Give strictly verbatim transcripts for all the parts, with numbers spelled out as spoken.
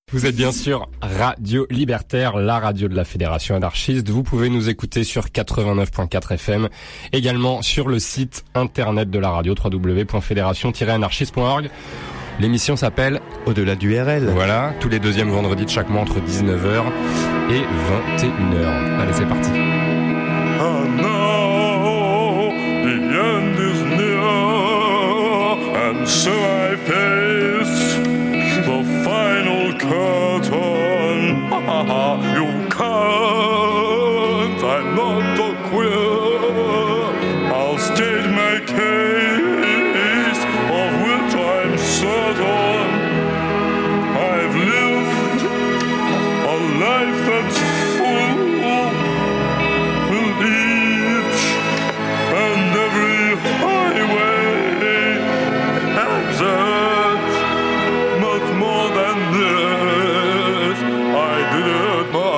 Vous êtes bien sûr Radio Libertaire, la radio de la Fédération anarchiste. Vous pouvez nous écouter sur quatre-vingt-neuf virgule quatre F M, également sur le site internet de la radio w w w point fédération tiret anarchiste point org. L'émission s'appelle Au-delà du R L. Voilà, tous les deuxièmes vendredis de chaque mois entre dix-neuf heures et vingt et une heures. Allez, c'est parti. And now the end is near, and so I face the final curtain. You can't, I'm not a queer. I'll state my case, of which I'm certain. I've lived a life that's full, with each and every highway exit. Much more than this, I did it my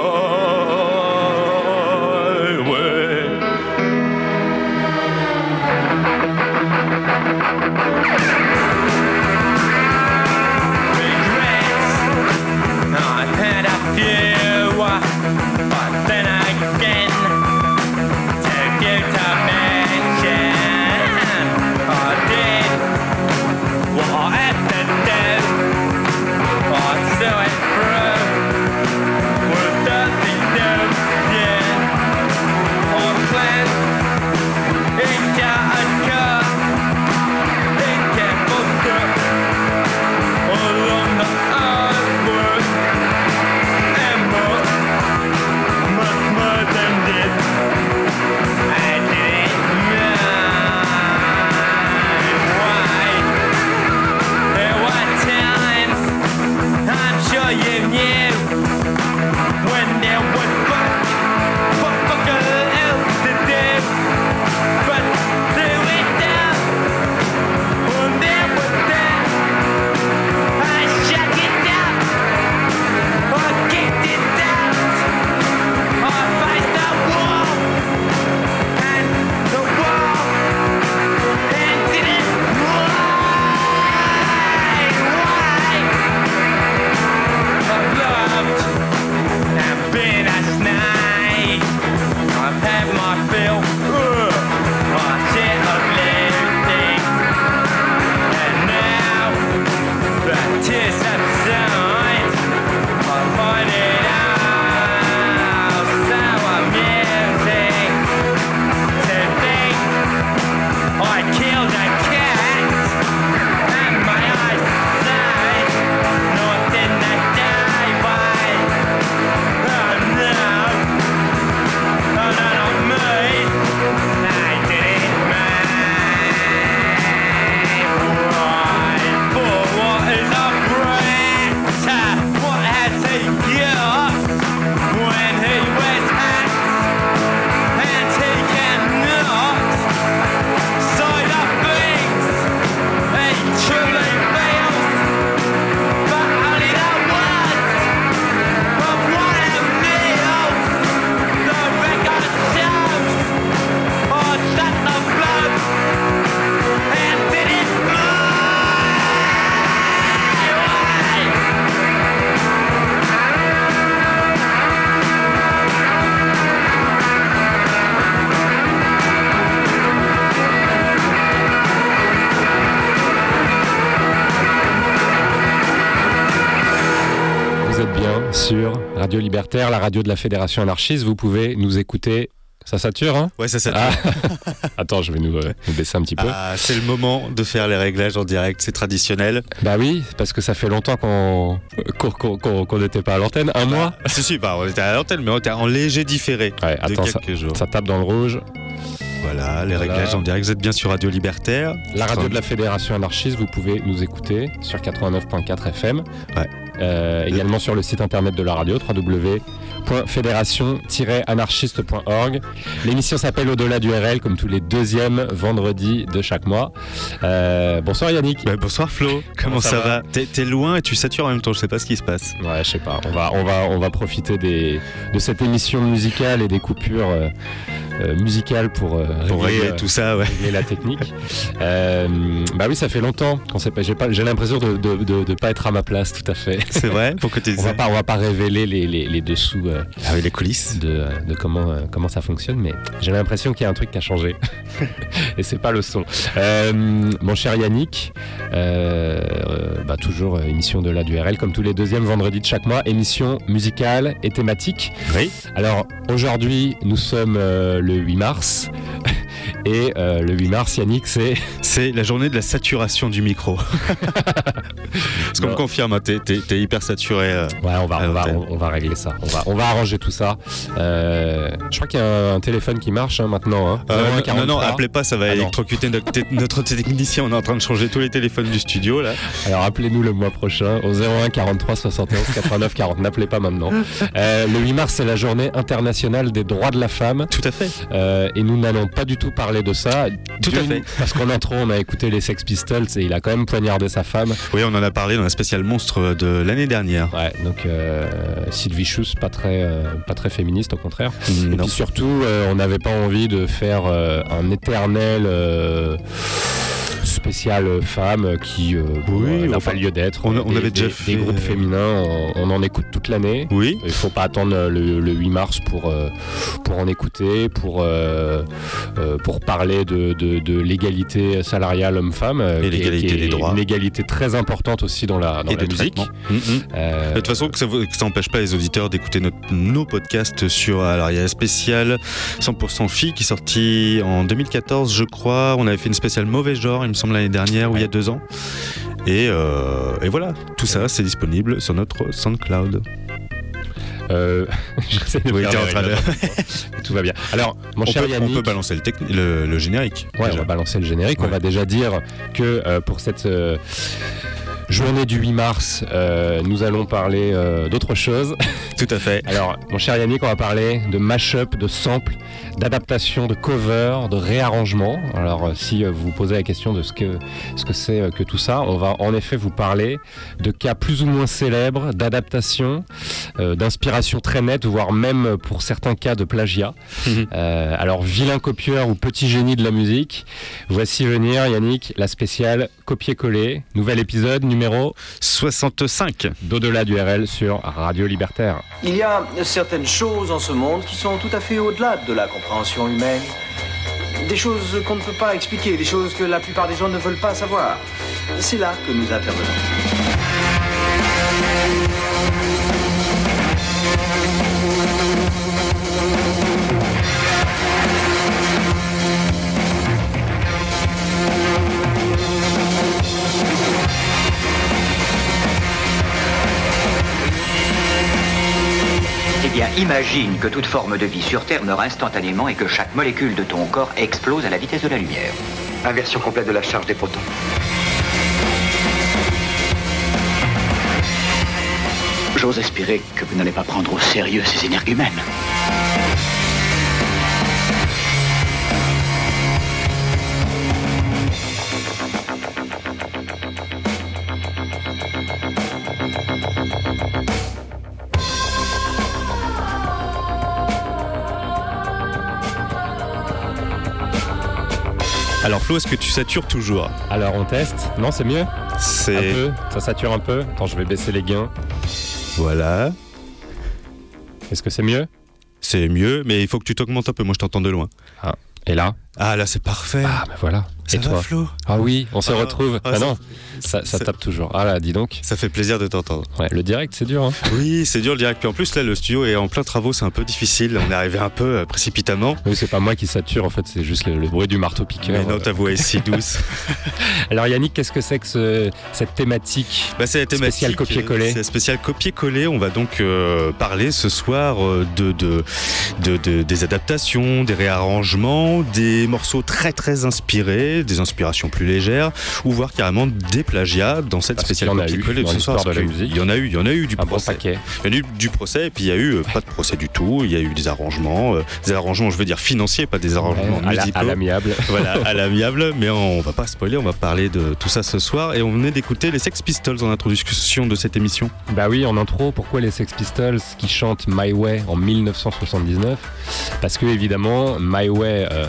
way. Regrets, I've had a few, but then again, too few to mention. I did what I had to do, I saw it through with dirty notion. I planned it can't occur, it can't occur along the earthwork, and more, much more than this. I didn't know why. There were times, I'm sure you knew, when there was fuck, fuck, fuck else to do, but do it down. When there was that, I shut it down, I kicked it down, I faced the wall, and the wall ended it. Why? Why? I've loved and been a snake. I've had my fill, ugh, my shit of lifting, and now the tears subside. I find it all so amusing to think I killed a cat, and my eyes say not in the daylight. Oh no, oh no, not me. I didn't mind. Right, for what is a brat? What has he got when he wears hats and he cannot say the things he truly feels, but only the words of one of Neil's. The record shows, or shut the blood and did it my way. Vous êtes bien sur Radio Libertaire, la radio de la Fédération anarchiste. Vous pouvez nous écouter. Ça sature, hein? Ouais, ça, ça. Ah. Attends, je vais nous, euh, nous baisser un petit peu. Ah, c'est le moment de faire les réglages en direct, c'est traditionnel. Bah oui, parce que ça fait longtemps qu'on qu'on qu'on- qu'on- qu'on n'était pas à l'antenne. Un mois. Ah, si, si, bah, on était à l'antenne, mais on était en léger différé Ouais, de attends, ça, quelques jours. ça tape dans le rouge. Voilà, les Voilà. réglages en direct. Vous êtes bien sur Radio Libertaire. La radio de la Fédération anarchiste, vous pouvez nous écouter sur quatre-vingt-neuf virgule quatre F M. Ouais. Euh, également sur le site internet de la radio, w w w point fédération tiret anarchiste point org. L'émission s'appelle Au-delà du R L, comme tous les deuxièmes vendredis de chaque mois. Euh, bonsoir Yannick. Bah, bonsoir Flo, comment, ça ça, va va, T'es, t'es loin et tu satures en même temps, je sais pas ce qui se passe. Ouais, je sais pas. On va, on va, on va profiter des, de cette émission musicale et des coupures euh, euh, musicales pour, euh, Pour régler, régler euh, tout ça, ouais. régler la technique. euh, bah oui, ça fait longtemps qu'on sait pas. J'ai pas, j'ai l'impression de, de, de, de pas être à ma place, tout à fait. C'est vrai. Pourquoi tu On va pas, on va pas révéler les, les, les dessous euh, Ah oui, les coulisses. de, de comment, euh, comment ça fonctionne, mais j'ai l'impression qu'il y a un truc qui a changé. Et c'est pas le son. Euh, mon cher Yannick, euh, euh, bah, toujours euh, émission de la du R L, comme tous les deuxièmes vendredis de chaque mois, émission musicale et thématique. Oui. Alors aujourd'hui, nous sommes euh, le huit mars. Et euh, le huit mars, Yannick, c'est... C'est la journée de la saturation du micro. Parce qu'on me confirme, hein, t'es, t'es, t'es hyper saturé. Euh, Ouais, on va, on, va, on, on va régler ça. On va, on va arranger tout ça. Euh, je crois qu'il y a un, un téléphone qui marche hein, maintenant. Hein. euh, zéro un quarante-trois. non, non, appelez pas, ça va Ah, électrocuter notre, notre technicien. On est en train de changer tous les téléphones du studio, là. Alors appelez-nous le mois prochain au zéro un quarante-trois soixante et onze quatre-vingt-neuf quarante. N'appelez pas maintenant. Euh, le huit mars, c'est la journée internationale des droits de la femme. Tout à fait. Euh, et nous n'allons pas du tout parler de ça. Tout à D'une, fait. Parce qu'en intro, on a écouté les Sex Pistols et il a quand même poignardé sa femme. Oui, on en a parlé dans la spéciale monstre de l'année dernière. Ouais, donc euh, Sid Vicious, pas très, euh, pas très féministe, au contraire. Et Non. puis surtout, euh, on n'avait pas envie de faire euh, un éternel euh, spécial femme qui euh, Oui, euh, n'a enfin, pas lieu d'être. on a- on Des- avait déjà des, fait- des groupes féminins, on, on en écoute toute l'année. Oui. Il faut pas attendre le, le huit mars pour, euh, pour en écouter, pour, euh, euh, pour parler de, de, de l'égalité salariale homme-femme. euh, Et qui est- l'égalité qui est des droits. Une égalité très importante aussi dans la, dans Et la de musique. traitement. Mm, mm. Euh, De toute façon, que ça n'empêche pas les auditeurs d'écouter notre- nos podcasts sur. Alors, il y a la spéciale cent pour cent filles qui est sortie en deux mille quatorze, je crois. On avait fait une spéciale mauvais genre, il me semble, l'année dernière ou il y a deux ans. Et, euh, et voilà, tout ça, c'est disponible sur notre SoundCloud. Euh, j'essaie de Oui, faire t'es en des train de- règlements. Tout va bien. Alors, mon On cher peut, on Yannick, peut balancer le, techni- le, le générique. ouais, déjà. on va balancer le générique. Ouais. On va déjà dire que euh, pour cette euh, journée du huit mars, euh, nous allons parler euh, d'autre chose. Tout à fait. Alors, mon cher Yannick, on va parler de mash-up, de samples, d'adaptation, de cover, de réarrangement. Alors, euh, si euh, vous vous posez la question de ce que ce que c'est euh, que tout ça, on va en effet vous parler de cas plus ou moins célèbres, d'adaptation, euh, d'inspiration très nette, voire même euh, pour certains cas de plagiat. Mhm. Euh, alors, vilain copieur ou petit génie de la musique, voici venir, Yannick, la spéciale copier-coller. Nouvel épisode numéro soixante-cinq. d'Au-delà du R L sur Radio Libertaire. Il y a certaines choses en ce monde qui sont tout à fait au-delà de la compréhension humaine. Des choses qu'on ne peut pas expliquer, des choses que la plupart des gens ne veulent pas savoir. C'est là que nous intervenons. Eh bien, imagine que toute forme de vie sur Terre meurt instantanément et que chaque molécule de ton corps explose à la vitesse de la lumière. Inversion complète de la charge des protons. J'ose espérer que vous n'allez pas prendre au sérieux ces énergumènes. Alors, Flo, est-ce que tu satures toujours? Alors on teste. Non, c'est mieux. Un C'est. peu. Ça sature un peu. Attends, je vais baisser les gains. Voilà. Est-ce que c'est mieux? C'est mieux, mais il faut que tu t'augmentes un peu. Moi, je t'entends de loin. Et là? Ah, là, c'est parfait. Ah, ben voilà. Ça Et va, toi? Flo? Ah oui, on se Ah, retrouve. ah, Ah, ça- non, ça, ça ça- tape toujours. Ah là, dis donc. Ça fait plaisir de t'entendre. Ouais, le direct, c'est dur. Hein. Oui, c'est dur le direct. Puis en plus, là, le studio est en plein travaux, c'est un peu difficile. On est arrivé un peu euh, précipitamment. Oui, c'est pas moi qui sature, en fait, c'est juste le, le bruit du marteau-piqueur. Mais non, ta voix est si douce. Alors Yannick, qu'est-ce que c'est que ce- cette thématique? Bah, c'est la thématique. Spécial copier-coller. C'est la spéciale copier-coller. On va donc euh, parler ce soir euh, de, de, de, de- des adaptations, des réarrangements, des morceaux très très inspirés, des inspirations plus légères, ou voire carrément des plagiats dans cette Parce spéciale qu'il y en a eu copier-coller de dans ce soir. l'histoire de la parce que musique. Il y en a eu, il y en a eu du Un bon procès. paquet. Il y a eu du procès et puis il y a eu euh, pas de procès du tout. Il y a eu des arrangements, euh, des arrangements, je veux dire financiers, pas des arrangements Ouais, à la- musicaux. à l'amiable. Voilà, à l'amiable, mais on va pas spoiler, on va parler de tout ça ce soir. Et on venait d'écouter les Sex Pistols en introduction de cette émission. Bah oui, en intro, pourquoi les Sex Pistols qui chantent My Way en mille neuf cent soixante-dix-neuf? Parce que évidemment, My Way, euh, avant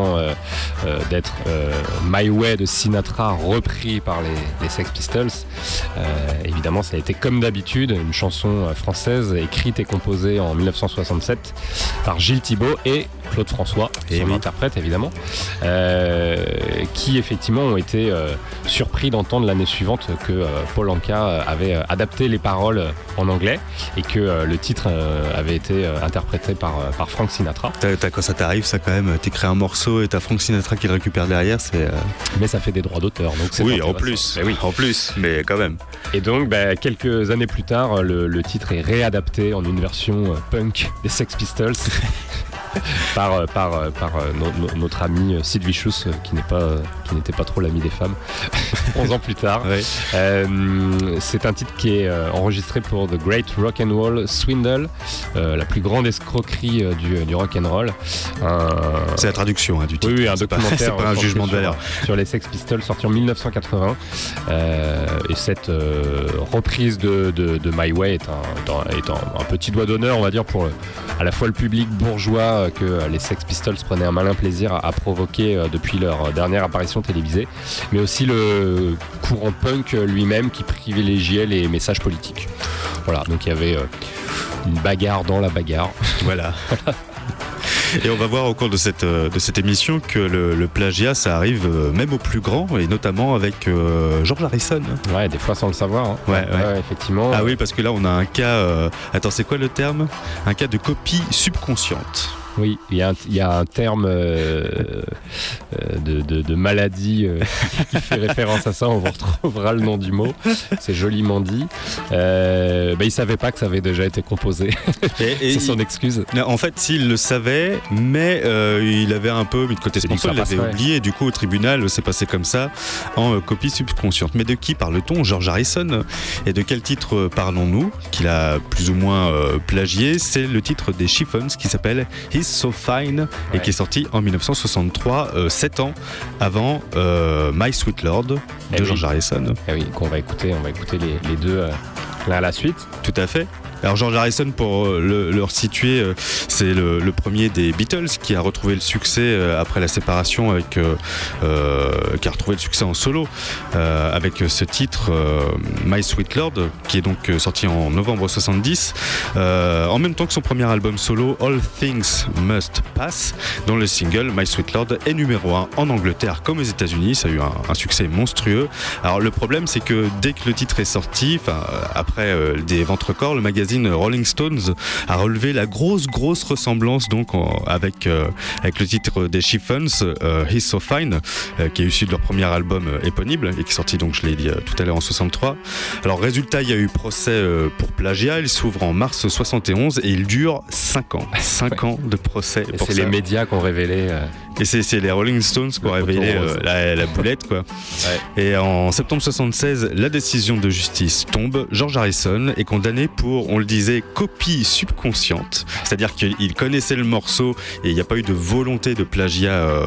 avant euh, euh, d'être euh, My Way de Sinatra repris par les, les Sex Pistols. Euh, évidemment, ça a été comme d'habitude une chanson française écrite et composée en dix-neuf cent soixante-sept par Gilles Thibault et Claude François, et son oui. interprète évidemment, euh, qui effectivement ont été euh, surpris d'entendre l'année suivante que euh, Paul Anka avait euh, adapté les paroles en anglais et que euh, le titre euh, avait été euh, interprété par, euh, par Frank Sinatra. T'as, t'as, quand ça t'arrive, ça quand même, t'écris un morceau et t'as Frank Sinatra qui le récupère derrière, c'est... Euh... Mais ça fait des droits d'auteur, donc c'est oui, en plus, mais oui, en plus, mais quand même. Et donc, bah, quelques années plus tard, le, le titre est réadapté en une version euh, punk des Sex Pistols. par, par, par no, no, notre ami Sid Vicious, qui, n'est pas, qui n'était pas trop l'ami des femmes, onze ans plus tard. Ouais. Euh, c'est un titre qui est euh, enregistré pour The Great Rock and Roll Swindle, euh, la plus grande escroquerie euh, du, du rock and roll. Un... C'est la traduction hein, du titre. Oui, oui, un c'est documentaire pas, c'est pas un jugement de valeur. Sur, sur les Sex Pistols, sorti en dix-neuf cent quatre-vingts. Euh, et cette euh, reprise de, de, de My Way est, un, est un, un petit doigt d'honneur, on va dire, pour à la fois le public bourgeois que les Sex Pistols prenaient un malin plaisir à, à provoquer depuis leur dernière apparition télévisée, mais aussi le courant punk lui-même qui privilégiait les messages politiques. Voilà, donc il y avait une bagarre dans la bagarre. Voilà. Et on va voir au cours de cette, de cette émission que le, le plagiat, ça arrive même aux plus grands, et notamment avec euh, George Harrison. Ouais, des fois sans le savoir. Hein. Ouais, ouais. ouais, effectivement. Ah oui, parce que là, on a un cas... Euh... Attends, c'est quoi le terme ? Un cas de copie subconsciente. Oui, il y, y a un terme euh, euh, de, de, de maladie euh, qui fait référence à ça, on vous retrouvera le nom du mot, c'est joliment dit. Euh, bah, il ne savait pas que ça avait déjà été composé, et, et c'est son excuse. En fait, s'il le savait, mais euh, il avait un peu mis de côté ce morceau, il l'avait oublié, et du coup au tribunal, c'est passé comme ça, en euh, copie subconsciente. Mais de qui parle-t-on ? George Harrison. Et de quel titre parlons-nous ? Qu'il a plus ou moins euh, plagié, c'est le titre des Chiffons qui s'appelle He's So Fine, ouais. Et qui est sorti en dix-neuf cent soixante-trois, euh, sept ans avant euh, My Sweet Lord de eh George oui. Harrison. Eh oui, qu'on va écouter, on va écouter les, les deux euh, là à la suite. Tout à fait. Alors George Harrison, pour le, le resituer, euh, c'est le, le premier des Beatles qui a retrouvé le succès euh, après la séparation, avec, euh, euh, qui a retrouvé le succès en solo euh, avec ce titre euh, My Sweet Lord, qui est donc sorti en novembre soixante-dix, euh, en même temps que son premier album solo All Things Must Pass, dont le single My Sweet Lord est numéro un en Angleterre comme aux États-Unis. Ça a eu un, un succès monstrueux. Alors le problème, c'est que dès que le titre est sorti, enfin après euh, des ventes records, le magazine Rolling Stones a relevé la grosse grosse ressemblance donc en, avec euh, avec le titre des Chiffons, euh, He's So Fine, euh, qui est issu de leur premier album euh, éponyme et qui est sorti, donc je l'ai dit euh, tout à l'heure, en soixante-trois. Alors résultat, il y a eu procès euh, pour plagiat. Il s'ouvre en mars soixante et onze et il dure cinq ans. cinq ouais. ans de procès. Et pour c'est ça. Les médias qui ont révélé. Euh... Et c'est, c'est les Rolling Stones qui ont révélé euh, la, la boulette, quoi. Ouais. Et en septembre soixante-seize, la décision de justice tombe. George Harrison est condamné pour, on le disait, copie subconsciente. C'est-à-dire qu'il connaissait le morceau et il n'y a pas eu de volonté de plagiat. Euh...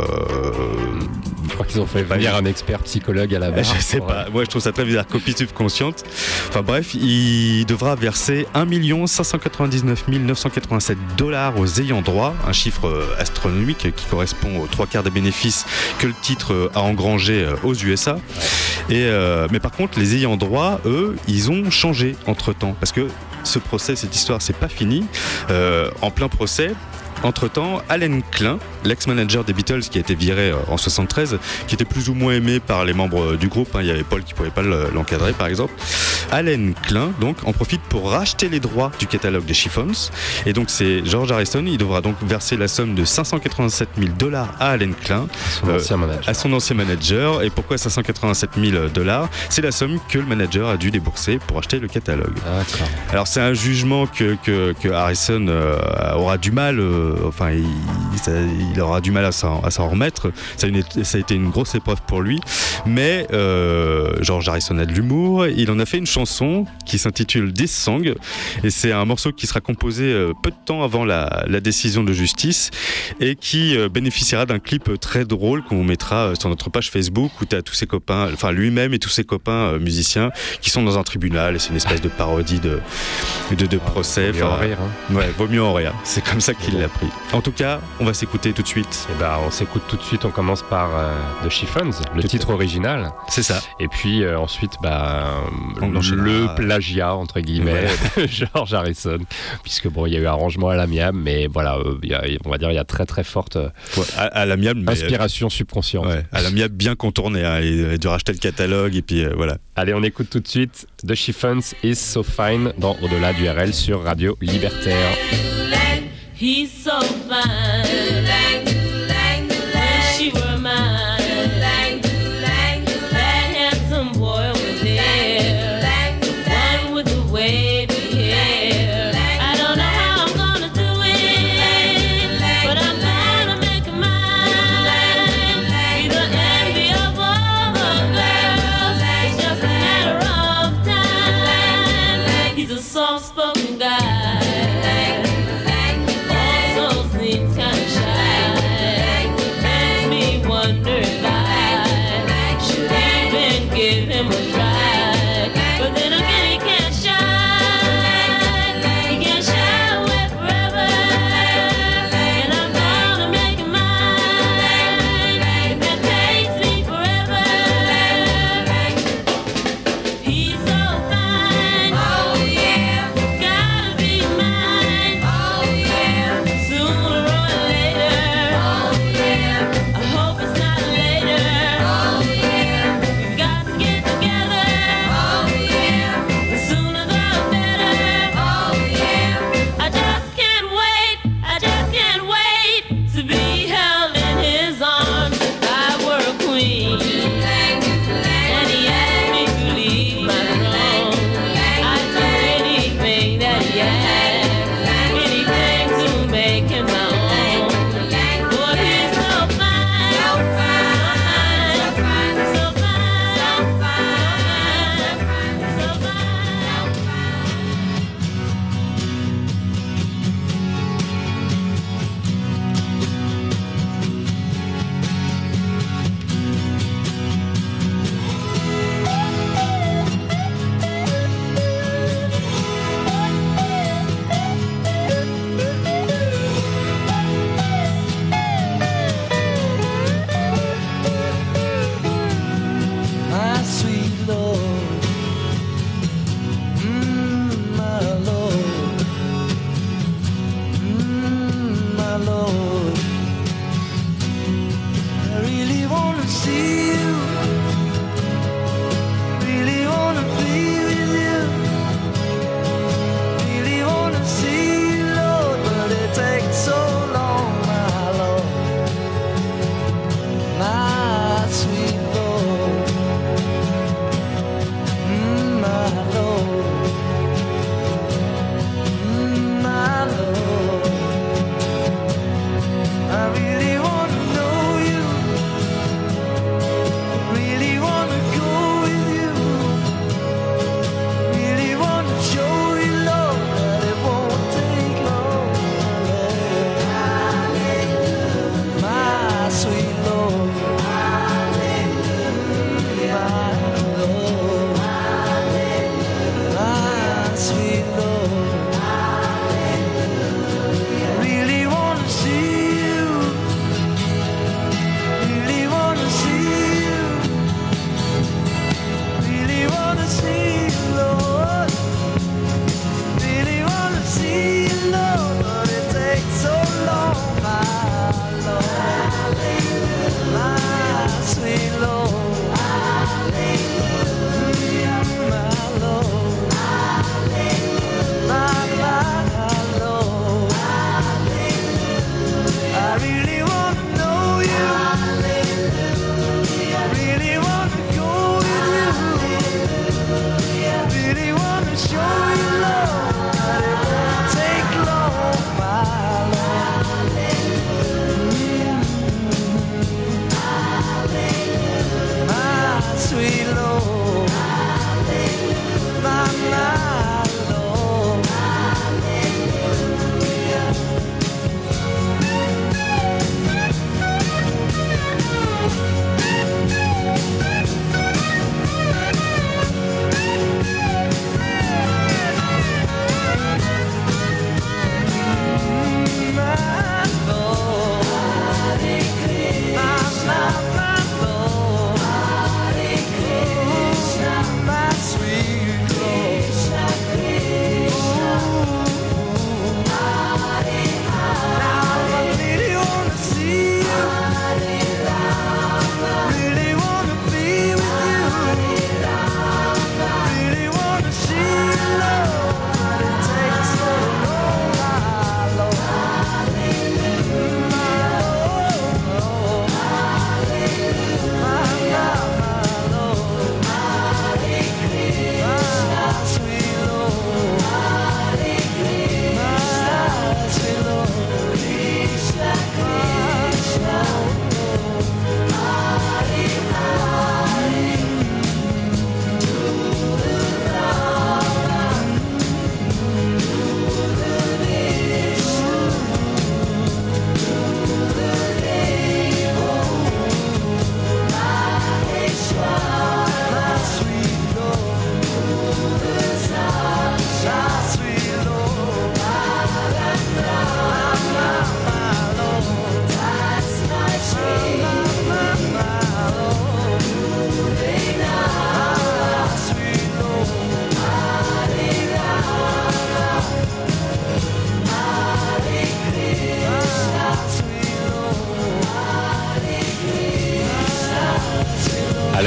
Je crois qu'ils ont fait venir un expert psychologue à la barre. Je sais pas. Moi, je trouve ça très bizarre. Copie subconsciente. Enfin bref, il devra verser un million cinq cent quatre-vingt-dix-neuf mille neuf cent quatre-vingt-sept dollars aux ayants droit, un chiffre astronomique qui correspond aux trois quarts des bénéfices que le titre a engrangé aux U S A. Ouais. Et euh, mais par contre, les ayants droit, eux, ils ont changé entre-temps, parce que ce procès, cette histoire, c'est pas fini. Euh, en plein procès, entre-temps, Alan Klein, l'ex-manager des Beatles qui a été viré en soixante-treize, qui était plus ou moins aimé par les membres du groupe, hein, il y avait Paul qui ne pouvait pas l'encadrer par exemple. Alan Klein donc en profite pour racheter les droits du catalogue des Chiffons, et donc c'est George Harrison, il devra donc verser la somme de cinq cent quatre-vingt-sept mille dollars à Alan Klein, son euh, ancien manager. à son ancien manager. Et pourquoi cinq cent quatre-vingt-sept mille dollars ? C'est la somme que le manager a dû débourser pour acheter le catalogue. D'accord. Alors c'est un jugement que, que, que Harrison euh, aura du mal euh, Enfin, il, ça, il aura du mal à s'en, à s'en remettre. Ça a, une, ça a été une grosse épreuve pour lui. Mais euh, George Harrison a de l'humour. Il en a fait une chanson qui s'intitule This Song. Et c'est un morceau qui sera composé euh, peu de temps avant la, la décision de justice et qui euh, bénéficiera d'un clip très drôle qu'on vous mettra sur notre page Facebook, où tu as tous ses copains, enfin lui-même et tous ses copains euh, musiciens qui sont dans un tribunal. Et c'est une espèce de parodie de, de, de procès. Vaut mieux en rire. Hein. Ouais, vaut mieux en rire. C'est comme ça qu'il l'a pris. En tout cas, on va s'écouter tout de suite? Eh ben, on s'écoute tout de suite. On commence par euh, The Chiffons, le Tout titre original. C'est ça. Et puis euh, ensuite, bah, On enchaînera. le plagiat entre guillemets de George Harrison, puisque bon, il y a eu arrangement à l'amiable, mais voilà, euh, il y a, on va dire, il y a très très forte euh, Ouais, à, à l'amiable, mais inspiration subconsciente. ouais, à l'amiable bien contourné. Hein, et, et de racheter le catalogue et puis euh, voilà. Allez, on écoute tout de suite The Chiffons is so fine dans Au-delà du R L sur Radio Libertaire. He's so fine. Wish she were mine. That handsome boy over there. One with the wavy hair. I don't know how I'm gonna do it, but I'm gonna make him mine. Be the envy of all the girls. It's just a matter of time. He's a soft-spoken guy. Seems kinda shy. Makes me wonder if I should even give him a try. But then again, he can't shine. He can't shy away forever. And I'm gonna make him mine. If it takes me forever. He's so fine. Oh yeah. Gotta be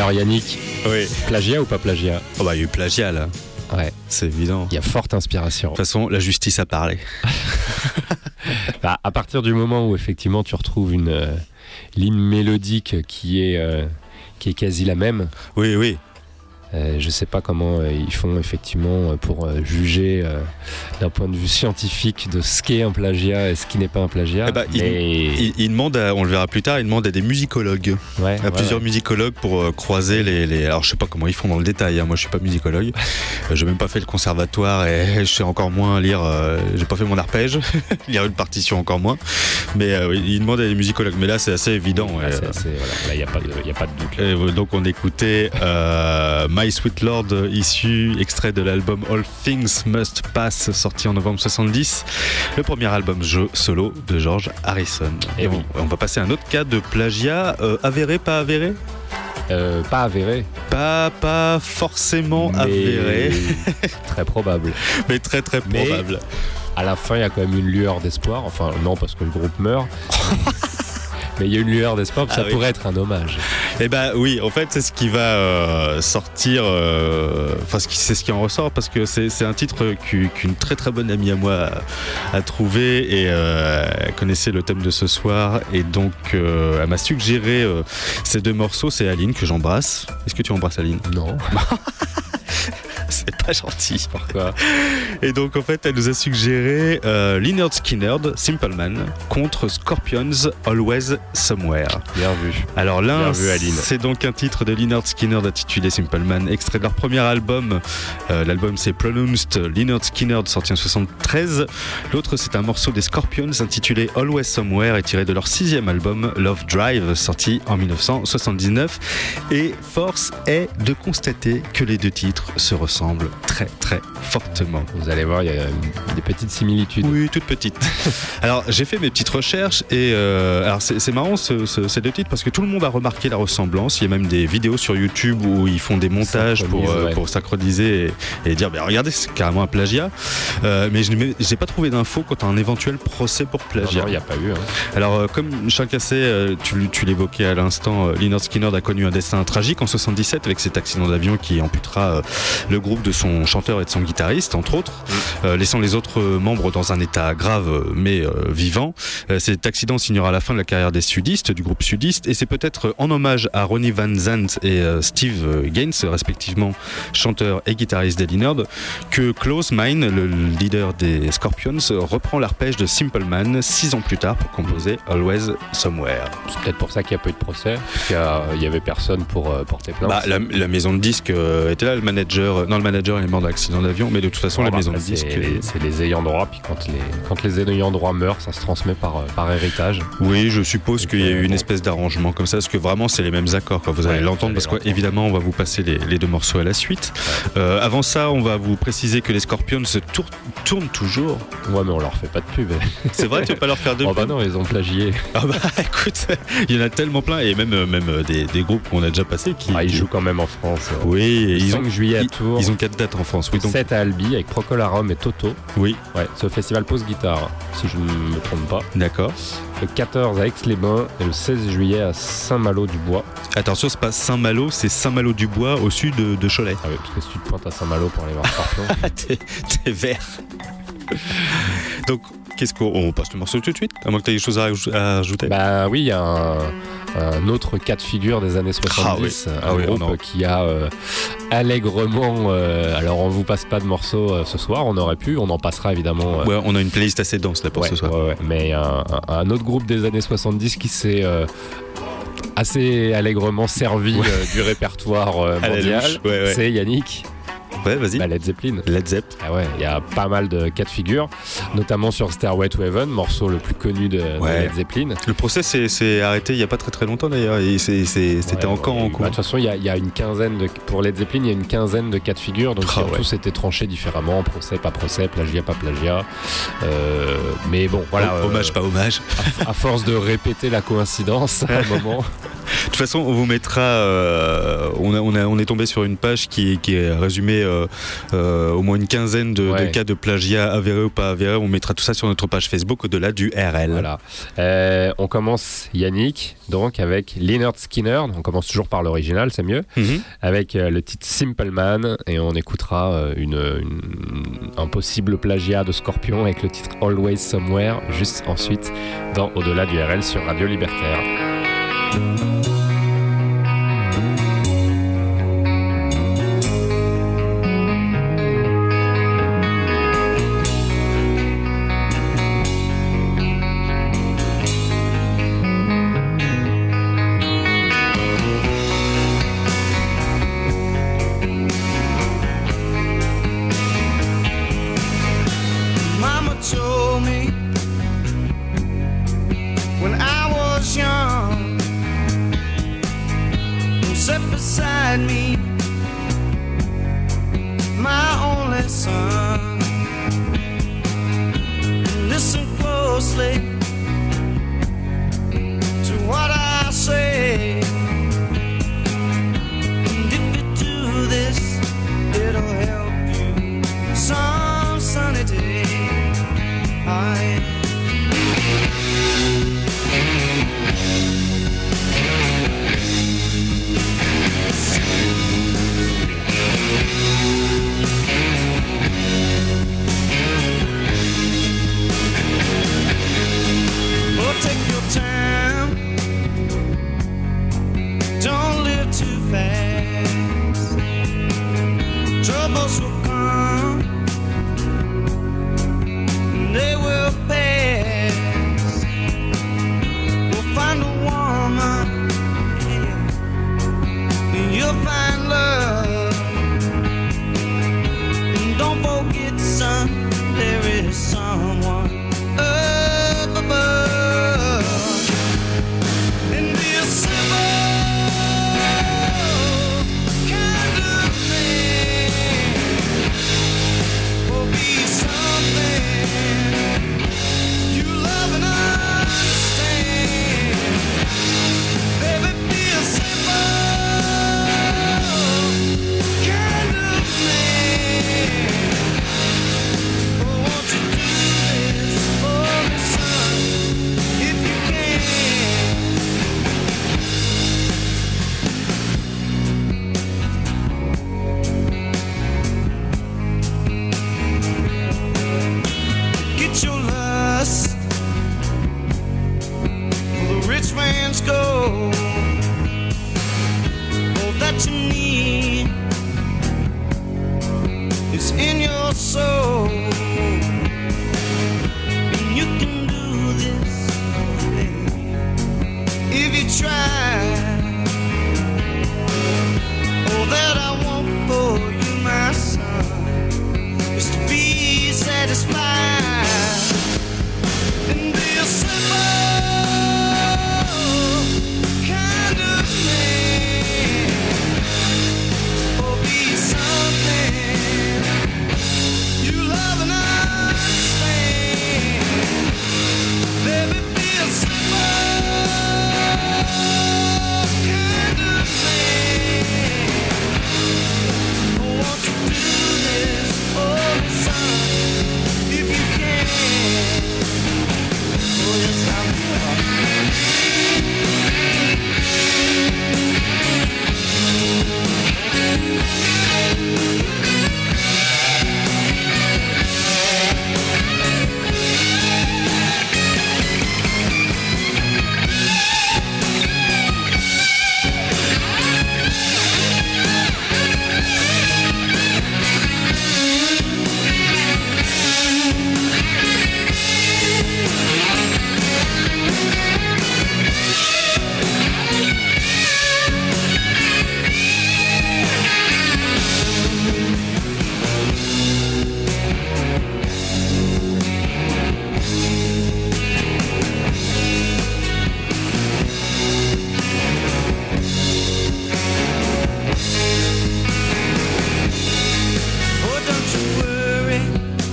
Alors Yannick, Oui. plagiat ou pas plagiat? Oh bah il y a eu plagiat là, Ouais, c'est évident. il y a forte inspiration. De toute façon, la justice a parlé. Bah, à partir du moment où effectivement tu retrouves une euh, ligne mélodique qui est, euh, qui est quasi la même, Oui, oui. euh, je sais pas comment euh, ils font effectivement euh, pour euh, juger euh, d'un point de vue scientifique de ce qu'est un plagiat et ce qui n'est pas un plagiat. Eh bah, il- mais... Il, il demande, à- on le verra plus tard, il demande à des musicologues, ouais, à ouais, plusieurs ouais. musicologues pour euh, croiser les, les. Alors je sais pas comment ils font dans le détail, hein, moi je suis pas musicologue, euh, j'ai même pas fait le conservatoire et je sais encore moins lire, euh, j'ai pas fait mon arpège, lire une partition encore moins, mais euh, oui, il demande à des musicologues, mais là c'est assez évident. Là, ouais. c'est assez- voilà, là, il n'y a, pas de- il y a pas de doute. Et euh, donc on écoutait euh, My Sweet Lord, issu extrait de l'album All Things Must Pass, sorti en novembre soixante-dix, le premier album jeu solo de George Harrison. Et Et oui. on, on va passer à un autre cas de plagiat, euh, avéré, pas avéré, Euh, pas avéré, pas pas forcément mais avéré, très probable. mais très très Mais- probable. À la fin, il y a quand même une lueur d'espoir. Enfin, non, parce que le groupe meurt. Mais il y a une lueur d'espoir, Ah ça oui. pourrait être un hommage. Eh ben oui, en fait c'est ce qui va euh, sortir, euh, enfin ce qui- c'est ce qui en ressort parce que c'est c'est un titre qu'u- qu'une très très bonne amie à moi a, a trouvé et euh, elle connaissait le thème de ce soir et donc euh, elle m'a suggéré euh, ces deux morceaux. C'est Aline que j'embrasse. Est-ce que tu embrasses Aline? Non. C'est pas gentil. Pourquoi? Et donc en fait elle nous a suggéré euh, Lynyrd Skynyrd, Simple Man contre Scorpions, Always Somewhere. Bien vu. Alors l'un, Bien vu, Aline. c'est donc un titre de Lynyrd Skynyrd intitulé Simple Man, extrait de leur premier album. Euh, l'album c'est Pronounced Lynyrd Skynyrd, sorti en soixante-treize. L'autre c'est un morceau des Scorpions intitulé Always Somewhere et tiré de leur sixième album Love Drive, sorti en dix-neuf cent soixante-dix-neuf. Et force est de constater que les deux titres se ressemblent très très fortement. Vous allez voir, il y a euh, des petites similitudes. Oui, toute petite. Alors, j'ai fait mes petites recherches et euh, alors c'est, c'est marrant ce, ce- ces deux titres parce que tout le monde a remarqué la ressemblance. Il y a même des vidéos sur YouTube où ils font des montages pour, Synchronise, euh, ouais. pour synchroniser et, et dire bah, regardez, c'est carrément un plagiat. Euh, mais je n'ai j'ai pas trouvé d'infos quant à un éventuel procès pour Non, plagiat. non, il n'y a pas eu. Hein. Alors, euh, comme chacun sait, euh, tu, tu l'évoquais à l'instant, euh, Lynyrd Skynyrd a connu un destin tragique en soixante-dix-sept avec cet accident d'avion qui amputera euh, le groupe de son chanteur et de son guitariste, entre autres, euh, laissant les autres euh, membres dans un état grave euh, mais euh, vivant. Euh, cet accident signera la fin de la carrière des sudistes, du groupe sudiste, et c'est peut-être en hommage à Ronnie Van Zant et euh, Steve euh, Gaines, respectivement chanteur et guitariste des Lynyrd, que Klaus Meine, le leader des Scorpions, reprend l'arpège de Simple Man six ans plus tard pour composer Always Somewhere. C'est peut-être pour ça qu'il n'y a pas eu de procès, parce qu'il n'y avait personne pour euh, porter plainte. Bah, la, la maison de disques euh, était là, le manager, non le manager est mort d'accident d'avion, mais de toute façon Bon, la bah, maison de c'est disques. les- c'est les ayants droit, puis quand les, quand les ayants droit meurent, ça se transmet par, euh, par héritage. Oui, je suppose Donc, qu'il y a eu euh, une bon. espèce d'arrangement comme ça, parce que vraiment c'est les mêmes accords, quoi. Vous allez Ouais, l'entendre, vous parce allez qu'évidemment on va vous passer les, les deux morceaux à la suite. Euh, avant ça, on va vous préciser que les Scorpions se tour- tournent toujours. Ouais, mais on leur fait pas de pub. C'est vrai, tu veux pas leur faire de Oh bah pub non, ils ont plagié. Ah bah écoute, il y en a tellement plein, et même, même des, des groupes qu'on a déjà passés qui... Ah, ils jouent quand même en France. euh, Oui, et le ils cinq ont, juillet à ils, Tours, ils ont quatre dates en France, oui, donc... sept à Albi avec Procolarum et Toto. Oui, Ouais, c'est au festival Pause Guitare, si je ne me trompe pas. d'accord. Le quatorze à Aix-les-Bains et le seize juillet à Saint-Malo-du-Bois. Attention, c'est pas Saint-Malo, c'est Saint-Malo-du-Bois au sud de, de Cholet. Ah oui, parce que si tu te pointes à Saint-Malo pour aller voir Scorpion. Ah, t'es, t'es vert. Donc, qu'est-ce qu'on on passe le morceau tout de suite? À moins que tu aies des choses à, aj- à ajouter. Bah oui, il y a un, un autre cas de figure des années soixante-dix, Ah oui. un Ah oui, groupe on en- qui a euh, allègrement, euh, alors on vous passe pas de morceaux euh, ce soir, on aurait pu, on en passera évidemment. euh, Ouais, on a une playlist assez dense là pour ouais, ce soir. ouais, ouais. Mais il y a un, un- un autre groupe des années soixante-dix qui s'est euh, assez allègrement servi Ouais. euh, du répertoire euh, À la mondial. louche, ouais, ouais. C'est Yannick, Ouais, vas-y. bah, Led Zeppelin. Led Zepp. Ah ouais, il y a pas mal de cas de figure, notamment sur Stairway to Heaven, morceau le plus connu de, de Ouais. Led Zeppelin. Le procès s'est, s'est arrêté il y a pas très très longtemps d'ailleurs. Et c'est, c'est- c'était Ouais, encore ouais, en bah, cours. De toute façon, il y, a- il y a une quinzaine de, pour Led Zeppelin, il y a une quinzaine de cas de figure, donc Ah ils ont ouais. tous été tranchés différemment, procès, pas procès, plagiat, pas plagiat. Euh, mais bon, voilà. Hom- euh, hommage, pas hommage. à force de répéter la coïncidence, à un moment, toute façon, on vous mettra. Euh, on, a, on, a, on est tombé sur une page qui, qui est résumée euh, euh, au moins une quinzaine de, Ouais. de cas de plagiat avérés ou pas avérés. On mettra tout ça sur notre page Facebook au-delà du R L. Voilà. Euh, on commence, Yannick, donc avec Lynyrd Skynyrd. On commence toujours par l'original, c'est mieux. Mm-hmm. Avec euh, le titre Simple Man. Et on écoutera euh, une, une, un possible plagiat de Scorpion avec le titre Always Somewhere, juste ensuite dans Au-delà du R L sur Radio Libertaire. Mama told me when I was young, sit beside me, my only son. Listen closely to what I say. And if you do this, it'll help you some sunny day. I Oh, take your time. Don't live too fast. Troubles will come. They will pass. We'll find a woman. Yeah. And you'll find love. And don't forget, son, there is someone up above. And be a simple kind of man. Or be something you love and understand. Baby, be a simple kind of man. Oh, won't you do this for me, son, if you can? Get your lust for the rich man's gold. All that you need is in your soul. And you can do this if you try. All that I want for you, my son, is to be satisfied and be a simple kind of man. Or be something you love and understand. Baby, be a simple kind of man. Won't you do this for me, son, if you can? Oh, yes, I will. Oh, don't you worry,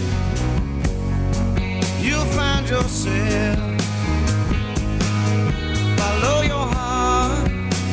you'll find yourself. Follow your heart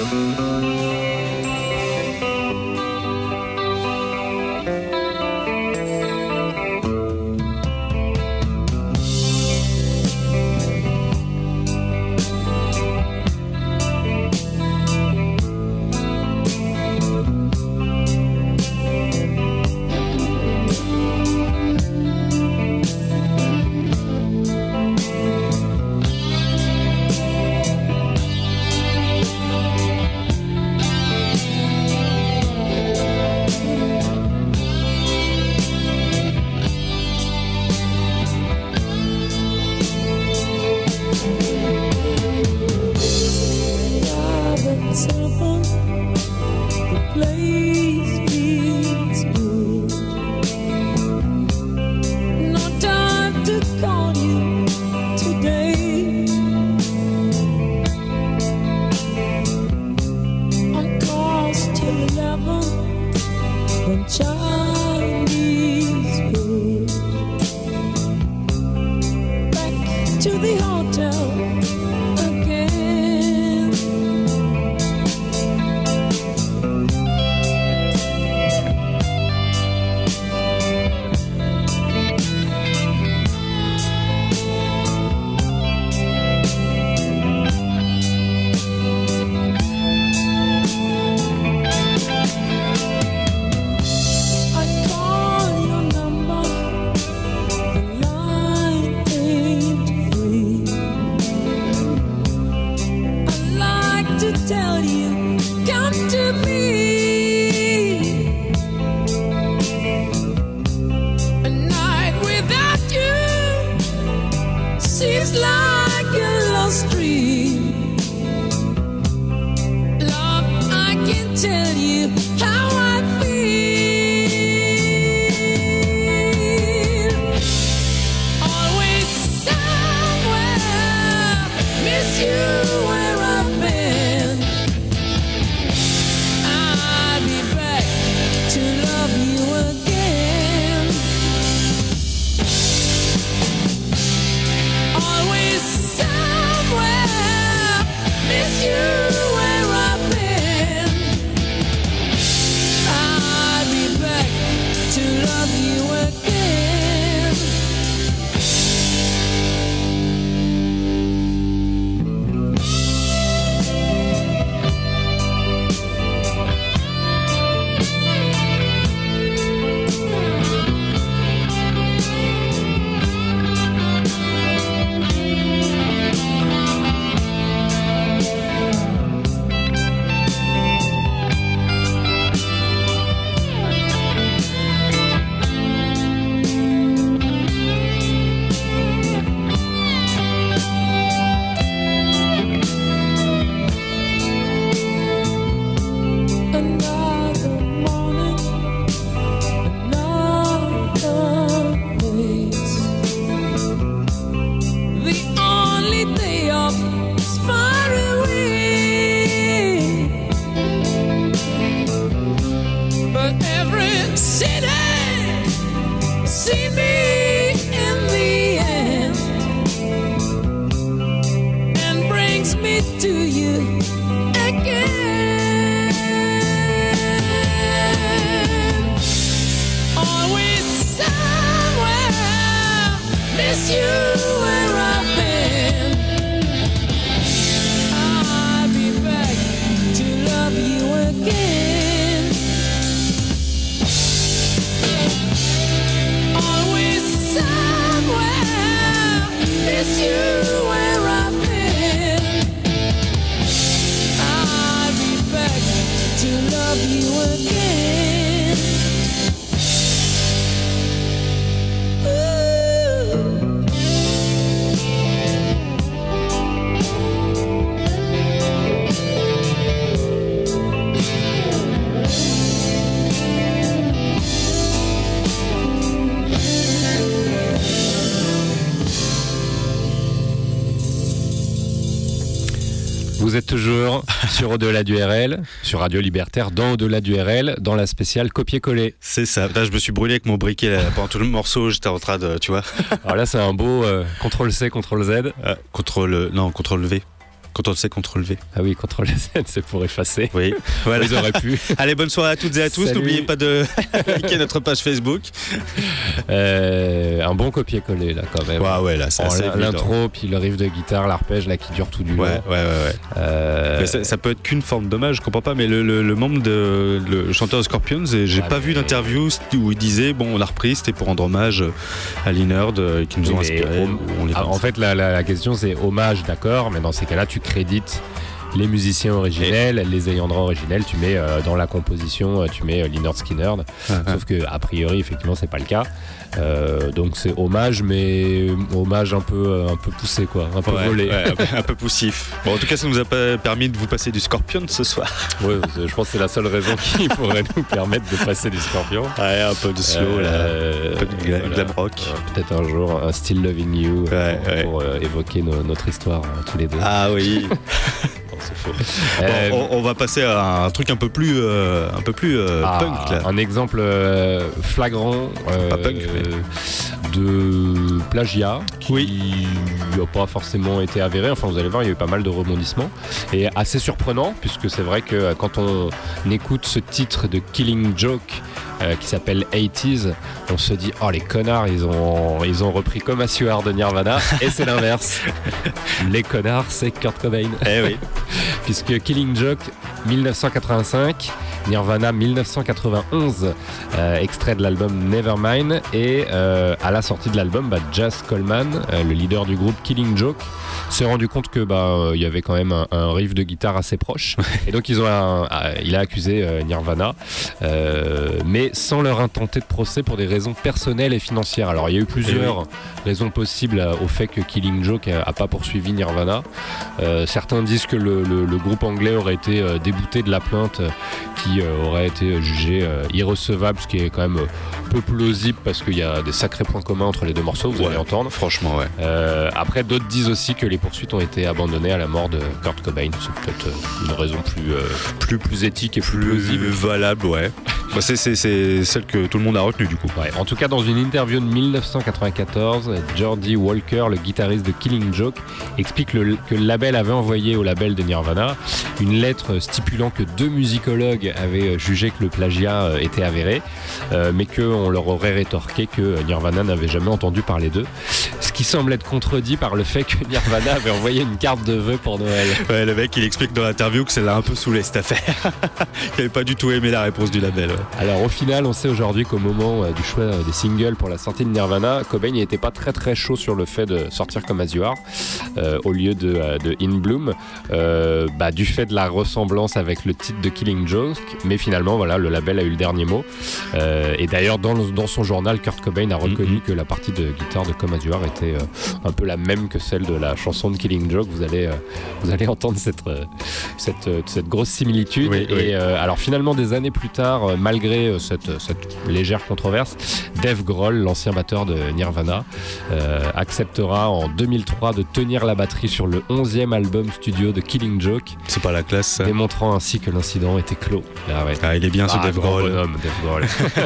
Vous êtes toujours sur Au-delà du R L, sur Radio Libertaire, dans Au-delà du R L, dans la spéciale copier-coller. C'est ça. Là, je me suis brûlé avec mon briquet là, pendant tout le morceau. J'étais en train de, tu vois. Alors là, c'est un beau euh, contrôle C, contrôle Z. Euh, contrôle, non, contrôle V. contrôle C, contrôle V. Ah oui, contrôle Z, c'est pour effacer. Oui, voilà. Ils auraient pu. Allez, bonne soirée à toutes et à tous. Salut. N'oubliez pas de liker notre page Facebook. Euh, un bon copier-coller là quand même. Ouais, ouais, là, c'est Oh, assez l'in- évident. L'intro, puis le riff de guitare, l'arpège là qui dure tout du long. Ouais, ouais, ouais. ouais. Euh, Mais ça, ça peut être qu'une forme d'hommage, je comprends pas, mais le, le, le membre de le chanteur de Scorpions, et j'ai Ouais, pas mais- vu d'interview où il disait bon, on l'a repris, c'était pour rendre hommage à Leonard euh, qui nous ont mais inspiré. hom- on les ah, pense. en fait, la, la, la question c'est hommage, d'accord, mais dans ces cas-là, tu crédites les musiciens originels, les ayants droit originels, tu mets euh, dans la composition, euh, tu mets euh, Lynyrd Skynyrd. Ouais, Sauf que a priori, effectivement, c'est pas le cas. Euh, donc c'est hommage, mais hommage un peu, euh, un peu poussé, quoi, un peu Ouais, volé. ouais, un, peu, un peu poussif. Bon, en tout cas, ça nous a pas permis de vous passer du Scorpion ce soir. Ouais, c'est- je pense que c'est la seule raison qui pourrait nous permettre de passer du Scorpion. Ouais, un peu de slow, Euh, là. Un peu de gla- glam rock. Euh, Peut-être un jour un Still Loving You euh, Ouais, pour, ouais. pour, euh, évoquer no- notre histoire euh, tous les deux. Ah oui. Non, c'est faux. Bon, Euh, on, on va passer à un truc un peu plus, euh, un peu plus euh, ah, punk là. Un exemple euh, flagrant euh, Pas punk, de plagiat qui Oui. n'a pas forcément été avéré. Enfin, vous allez voir, il y a eu pas mal de rebondissements. Et assez surprenant, puisque c'est vrai que euh, quand on écoute ce titre de Killing Joke, euh, qui s'appelle eighties, on se dit oh les connards, ils ont ils ont repris Come As You Are de Nirvana, et c'est l'inverse. Les connards, c'est Kurt Cobain. Eh oui. Puisque Killing Joke dix-neuf cent quatre-vingt-cinq, Nirvana dix-neuf cent quatre-vingt-onze, euh, extrait de l'album Nevermind, et euh, à la sortie de l'album, bah, Jaz Coleman, euh, le leader du groupe Killing Joke, s'est rendu compte que bah euh, il y avait quand même un, un riff de guitare assez proche, et donc ils ont un, un- il a accusé euh, Nirvana, euh, mais sans leur intenter de procès pour des raisons personnelles et financières. Alors il y a eu plusieurs raisons possibles euh, au fait que Killing Joke a, a pas poursuivi Nirvana. Euh, certains disent que le, le- le groupe anglais aurait été euh, débouté de la plainte, euh, qui euh, aurait été jugée euh, irrecevable, ce qui est quand même euh, peu plausible parce qu'il y a des sacrés points communs entre les deux morceaux, vous Ouais. allez entendre. Franchement, ouais. Euh, après, d'autres disent aussi que les poursuites ont été abandonnées à la mort de Kurt Cobain. C'est peut-être euh, une raison plus, euh, plus, plus éthique et plus, Plus plausible. valable, ouais. Bah, c'est, c'est, c'est celle que tout le monde a retenue du coup. Ouais, en tout cas, dans une interview de dix-neuf cent quatre-vingt-quatorze, Geordie Walker, le guitariste de Killing Joke, explique le- que le label avait envoyé au label de Nirvana une lettre stipulant que deux musicologues avaient jugé que le plagiat euh, était avéré, euh, mais qu'on leur aurait rétorqué que Nirvana n'avait jamais entendu parler d'eux. Ce qui semble être contredit par le fait que Nirvana avait envoyé une carte de vœux pour Noël. Ouais, le mec il explique dans l'interview que ça l'a un peu saoulé cette affaire. Il avait pas du tout aimé la réponse du label. Ouais. Alors au final, on sait aujourd'hui qu'au moment euh, du choix euh, des singles pour la sortie de Nirvana, Cobain n'était pas très très chaud sur le fait de sortir Come As You Are euh, au lieu de, euh, de In Bloom, euh, bah, du fait de la ressemblance avec le titre de Killing Joke, mais finalement voilà, le label a eu le dernier mot. Euh, et d'ailleurs dans, le- dans son journal, Kurt Cobain a reconnu Mm-hmm. que la partie de guitare de Come As You Are était euh, un peu la même que celle de la chanson de Killing Joke. Vous allez, euh, vous allez entendre cette, euh, cette, euh, cette grosse similitude. Oui, et oui. euh, alors finalement, des années plus tard, euh, malgré euh, cette, cette légère controverse, Dave Grohl, l'ancien batteur de Nirvana, euh, acceptera en deux mille trois de tenir la batterie sur le onzième album studio de Killing Joke, C'est pas la classe ça. démontrant ainsi que l'incident était clos. Ah ouais. Ah, il est bien ce Ah, Dave grand Grohl. bonhomme, Dave Grohl.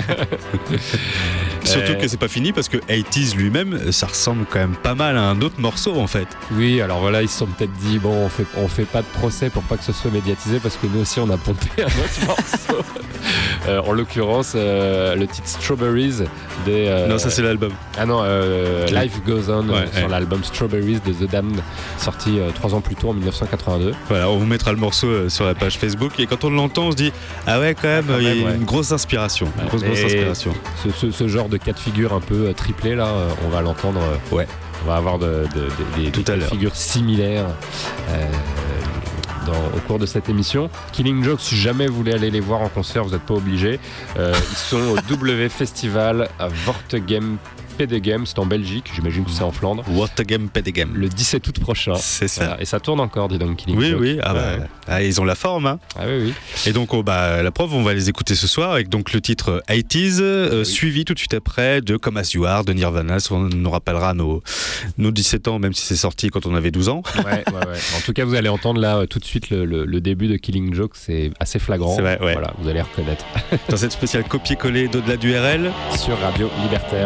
Surtout Euh, que c'est pas fini parce que eighties lui-même, ça ressemble quand même pas mal à un autre morceau en fait. Oui, alors voilà, ils se sont peut-être dit bon, on fait, on fait pas de procès pour pas que ce soit médiatisé parce que nous aussi on a pompé un autre morceau. Euh, en l'occurrence, euh, le titre Strawberries des. euh, Non, ça c'est l'album. Ah non, euh, Life Goes On Ouais, euh, sur ouais. l'album Strawberries de The Damned, sorti euh, trois ans plus tôt en dix-neuf cent quatre-vingt-deux. Voilà, on vous mettra le morceau euh, sur la page Facebook et quand on l'entend, on se dit ah ouais quand même, Ah, quand il y a même, ouais. une grosse inspiration, une Ouais, grosse grosse mais- inspiration. Ce, ce- ce genre de cas de figure un peu euh, triplé là, euh, on va l'entendre. euh, Ouais. On va avoir de, de- de- des, Tout des à cas de l'heure. figures similaires euh, dans- au cours de cette émission. Killing Joke, si jamais vous voulez aller les voir en concert, vous n'êtes pas obligés. Euh, ils sont au W Festival à Vortegem Pedegem, c'est en Belgique, j'imagine que c'est en Flandre, What a game, pet a game. le dix-sept août prochain. C'est ça. Voilà. Et ça tourne encore, dis donc, Killing Oui, Joke. oui, ah bah, Ouais. ah, ils ont la forme. Hein. Ah oui, oui. Et donc, oh, bah, la preuve, on va les écouter ce soir avec donc le titre eighties, euh, Oui. suivi tout de suite après de Come As You Are de Nirvana. Ça nous rappellera nos, nos dix-sept ans, même si c'est sorti quand on avait douze ans. Ouais, ouais, ouais. En tout cas, vous allez entendre là euh, tout de suite le, le- le début de Killing Joke, c'est assez flagrant. C'est vrai, ouais. Voilà, vous allez reconnaître Dans cette spéciale copier-coller d'au-delà du R L. sur Radio Libertaire.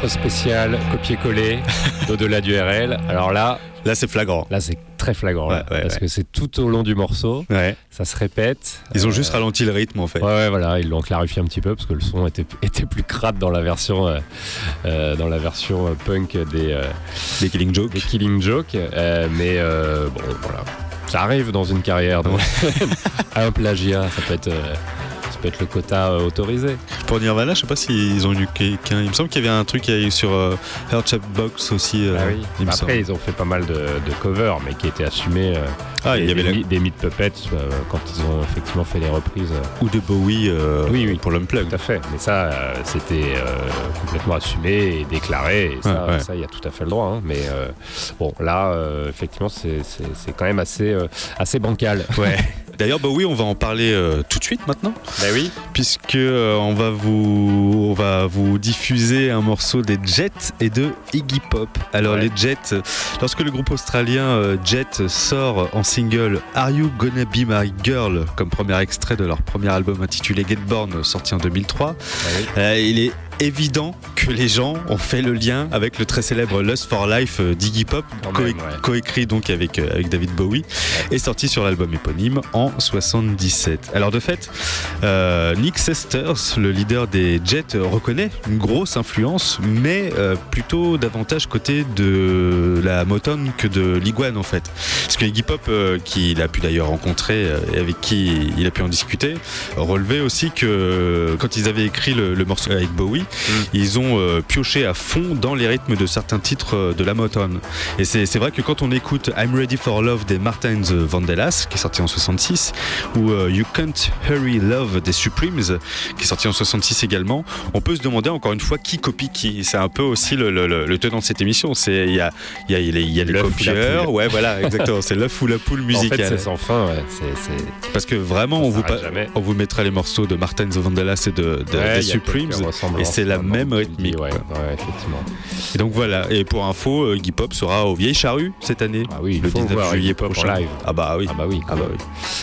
titre spécial copier-coller d'au-delà du R L. Alors là, là c'est flagrant. Là c'est très flagrant ouais, là, ouais, parce ouais. que c'est tout au long du morceau. Ouais. Ça se répète. Ils ont euh, juste ralenti le rythme en fait. Ouais, ouais, voilà, ils l'ont clarifié un petit peu parce que le son était, était plus crade dans la version euh, euh, dans la version euh, punk des euh, des Killing Joke. Des Killing Joke, euh, mais euh, bon voilà, ça arrive dans une carrière. Donc un plagiat, ça peut être. Euh, peut être le quota euh, autorisé. Pour Nirvana, je sais pas s'ils ont eu quelqu'un. Il me semble qu'il y avait un truc qu'il y a eu sur euh, Heart Shaped Box aussi. Euh, ah oui. il bah me après, semble. ils ont fait pas mal de, de covers, mais qui étaient assumés. Euh, ah, des, il y avait des, la... des Meat Puppets euh, quand ils ont effectivement fait les reprises. Euh... Ou de Bowie euh, oui, oui. pour l'Unplugged. Tout à fait. Mais ça, euh, c'était euh, complètement assumé et déclaré. Et ça, ouais, ouais. ça, il y a tout à fait le droit. Hein. Mais euh, bon, là, euh, effectivement, c'est, c'est, c'est quand même assez, euh, assez bancal. Ouais. D'ailleurs, bah oui, on va en parler euh, tout de suite maintenant. Bah oui. Puisque euh, on va vous, on va vous diffuser un morceau des Jets et de Iggy Pop. Alors ouais. les Jets, lorsque le groupe australien euh, Jet sort en single Are You Gonna Be My Girl comme premier extrait de leur premier album intitulé Get Born, sorti en deux mille trois, bah oui. euh, il est évident que les gens ont fait le lien avec le très célèbre Lust for Life d'Iggy Pop, co- même, ouais. coécrit donc avec, euh, avec David Bowie, ouais. et sorti sur l'album éponyme en soixante-dix-sept. Alors de fait, euh, Nick Sesters, le leader des Jets, reconnaît une grosse influence, mais euh, plutôt davantage côté de la Motown que de l'Iguane en fait. Parce que Iggy Pop, euh, qu'il a pu d'ailleurs rencontrer euh, et avec qui il a pu en discuter, relevait aussi que quand ils avaient écrit le, le morceau avec Bowie, Mm. ils ont euh, pioché à fond dans les rythmes de certains titres euh, de la Motown. Et c'est, c'est vrai que quand on écoute I'm Ready for Love des Martins Vandellas, qui est sorti en soixante-six, ou euh, You Can't Hurry Love des Supremes, qui est sorti en soixante-six également, on peut se demander encore une fois qui copie qui. C'est un peu aussi le, le, le, le tenant de cette émission. C'est il y a il y a, il y a, il y a les copieurs, ouais voilà exactement. C'est l'œuf ou la poule musicale. En fait, c'est sans fin. Ouais. C'est, c'est... Parce que vraiment, on vous, pa- on vous mettra les morceaux de Martins Vandellas et de, de ouais, des Supremes. Et c'est la même rythmique. Ouais, ouais, effectivement. Et donc voilà. Et pour info, Iggy Pop sera au Vieilles Charrues cette année. Ah oui, le dix-neuf juillet Pop prochain. En live. Ah bah oui. Ah bah oui. Ah bah oui.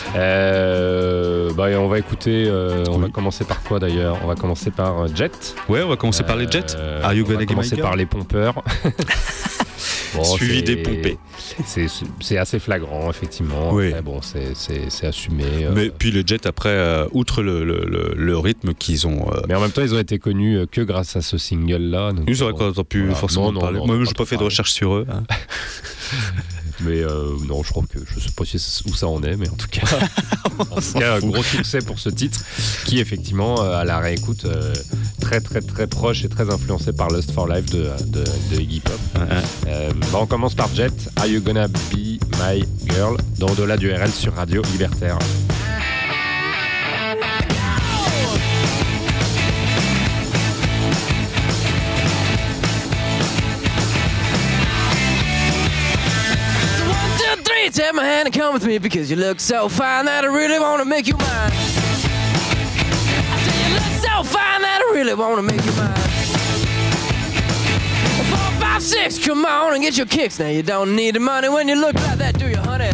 Euh, bah on va écouter. Euh, on oui. va commencer par quoi d'ailleurs ? On va commencer par Jet. Ouais, on va commencer euh, par les Jets. Are you on gonna va commencer par les pompeurs. Bon, suivi c'est, des pompées. C'est, c'est assez flagrant, effectivement. Oui. Après, bon, c'est, c'est, c'est assumé. Mais euh... puis les Jets, après, euh, outre le, le, le, le rythme qu'ils ont. Euh... Mais en même temps, ils ont été connus que grâce à ce single-là. Donc, ils auraient bon, pas pu voilà. forcément non, parler. non, Moi, non, je n'ai pas fait de recherche sur eux. Hein. Mais euh, non, je crois que je sais pas où ça en est, mais en tout cas, en tout cas, un gros succès pour ce titre, qui effectivement à la réécoute euh, très très très proche et très influencé par Lust for Life de, de, de Iggy Pop. Ouais. Euh, bah on commence par Jet. Are You Gonna Be My Girl dans Au-delà du R L sur Radio Libertaire. Take my hand and come with me because you look so fine that I really want to make you mine. I say you look so fine that I really want to make you mine. Four, five, six, come on and get your kicks. Now you don't need the money when you look like that, do you, honey?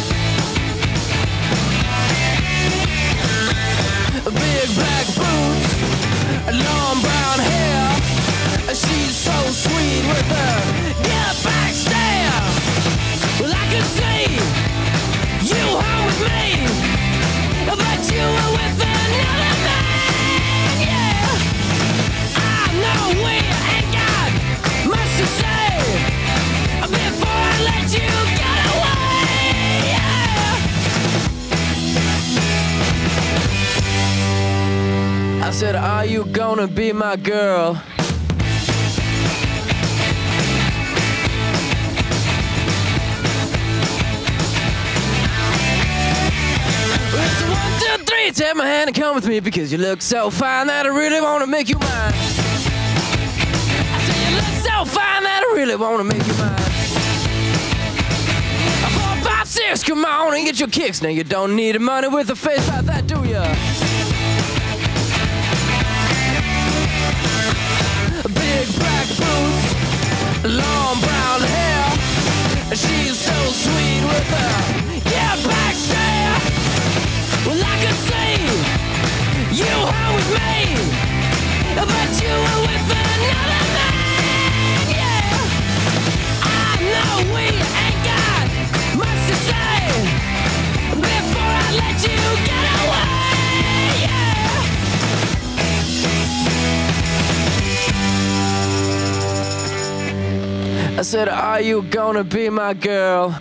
Big black boots, long brown hair. She's so sweet with her get back stare. Well, I could see you home with me, but you were with another man, yeah. I know we ain't got much to say before I let you get away, yeah. I said, are you gonna be my girl? Take my hand and come with me because you look so fine that I really want to make you mine. I say you look so fine that I really want to make you mine. Four, five, six, come on and get your kicks. Now you don't need the money with a face like that, do ya? Big black boots, long brown hair. She's so sweet with her get back stare. Well, I could see you home with me, but you were with another man. I said, are you gonna be my girl?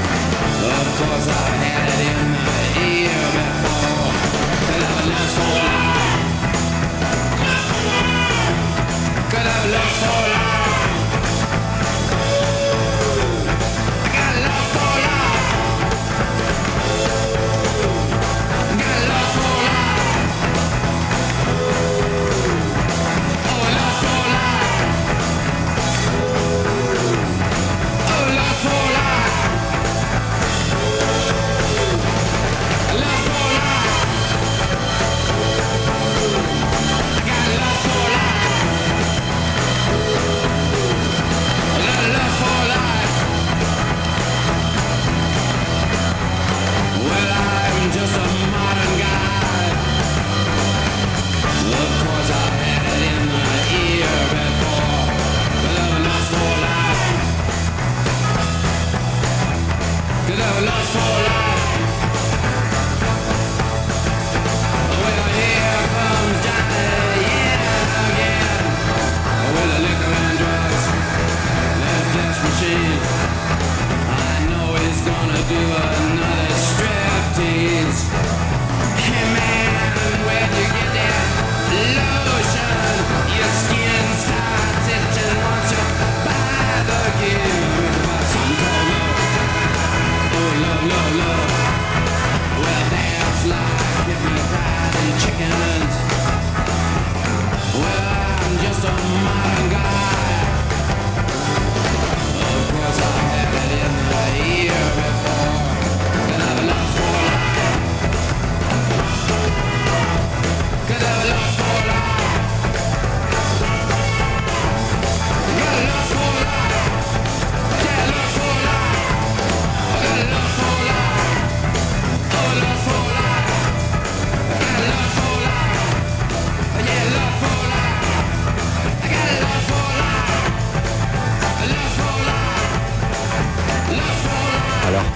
Of course I had it in the ear before, 'cause I was just for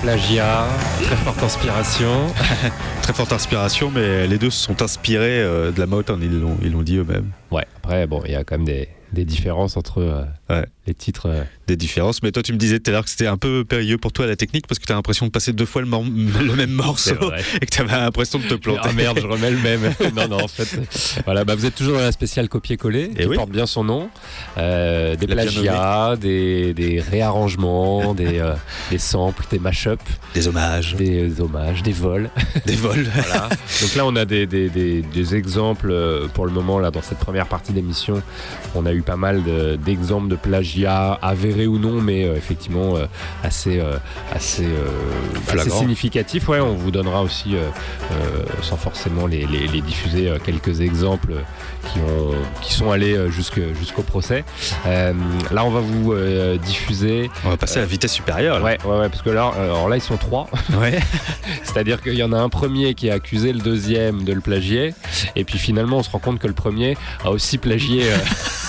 plagiat, très forte inspiration. Très forte inspiration, mais les deux se sont inspirés euh, de la Motown, ils l'ont, ils l'ont dit eux-mêmes. Ouais, après, bon, il y a quand même des, des différences entre euh, ouais. les titres. Euh... Des différences, mais toi tu me disais tout à l'heure que c'était un peu périlleux pour toi la technique parce que tu as l'impression de passer deux fois le, mor- le même morceau et que tu avais l'impression de te planter. Ah merde, je remets le même. non, non, en fait, voilà, bah, vous êtes toujours dans la spéciale copier-coller qui oui. porte bien son nom. Euh, des plagiats, des, des réarrangements, des, euh, des samples, des mash-ups, des hommages, des, des hommages, des vols. Des vols. Voilà. Donc là, on a des, des, des, des exemples pour le moment là dans cette première partie d'émission. On a eu pas mal de, d'exemples de plagiat avérés ou non, mais euh, effectivement euh, assez, euh, assez, euh, assez significatif. Ouais, on vous donnera aussi, euh, euh, sans forcément les, les, les diffuser, euh, quelques exemples qui, ont, qui sont allés euh, jusque, jusqu'au procès. Euh, là, on va vous euh, diffuser. On va passer euh, à la vitesse supérieure. Là. Ouais, ouais, ouais, parce que là, euh, alors là, ils sont trois. Ouais. C'est-à-dire qu'il y en a un premier qui a accusé le deuxième de le plagier, et puis finalement, on se rend compte que le premier a aussi plagié. Euh,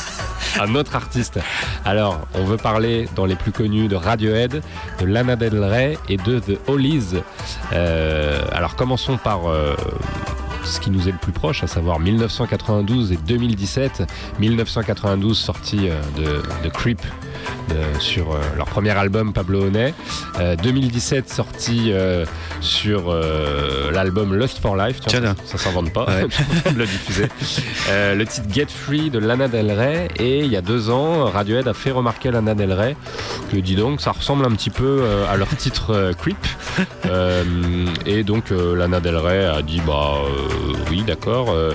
un autre artiste. Alors, on veut parler dans les plus connus de Radiohead, de Lana Del Rey et de The Hollies. Euh, alors, commençons par euh, ce qui nous est le plus proche, à savoir dix-neuf cent quatre-vingt-douze et deux mille dix-sept. dix-neuf cent quatre-vingt-douze, sortie euh, de, de Creep. De, sur euh, leur premier album Pablo Honey, euh, deux mille dix-sept sorti euh, sur euh, l'album Lust for Life. Tiens, ça, ça s'invente pas, ouais. Je le diffuser. Euh, le titre Get Free de Lana Del Rey, et il y a deux ans, Radiohead a fait remarquer à Lana Del Rey que, dis donc, ça ressemble un petit peu euh, à leur titre euh, Creep. Euh, et donc euh, Lana Del Rey a dit bah euh, oui, d'accord. Euh,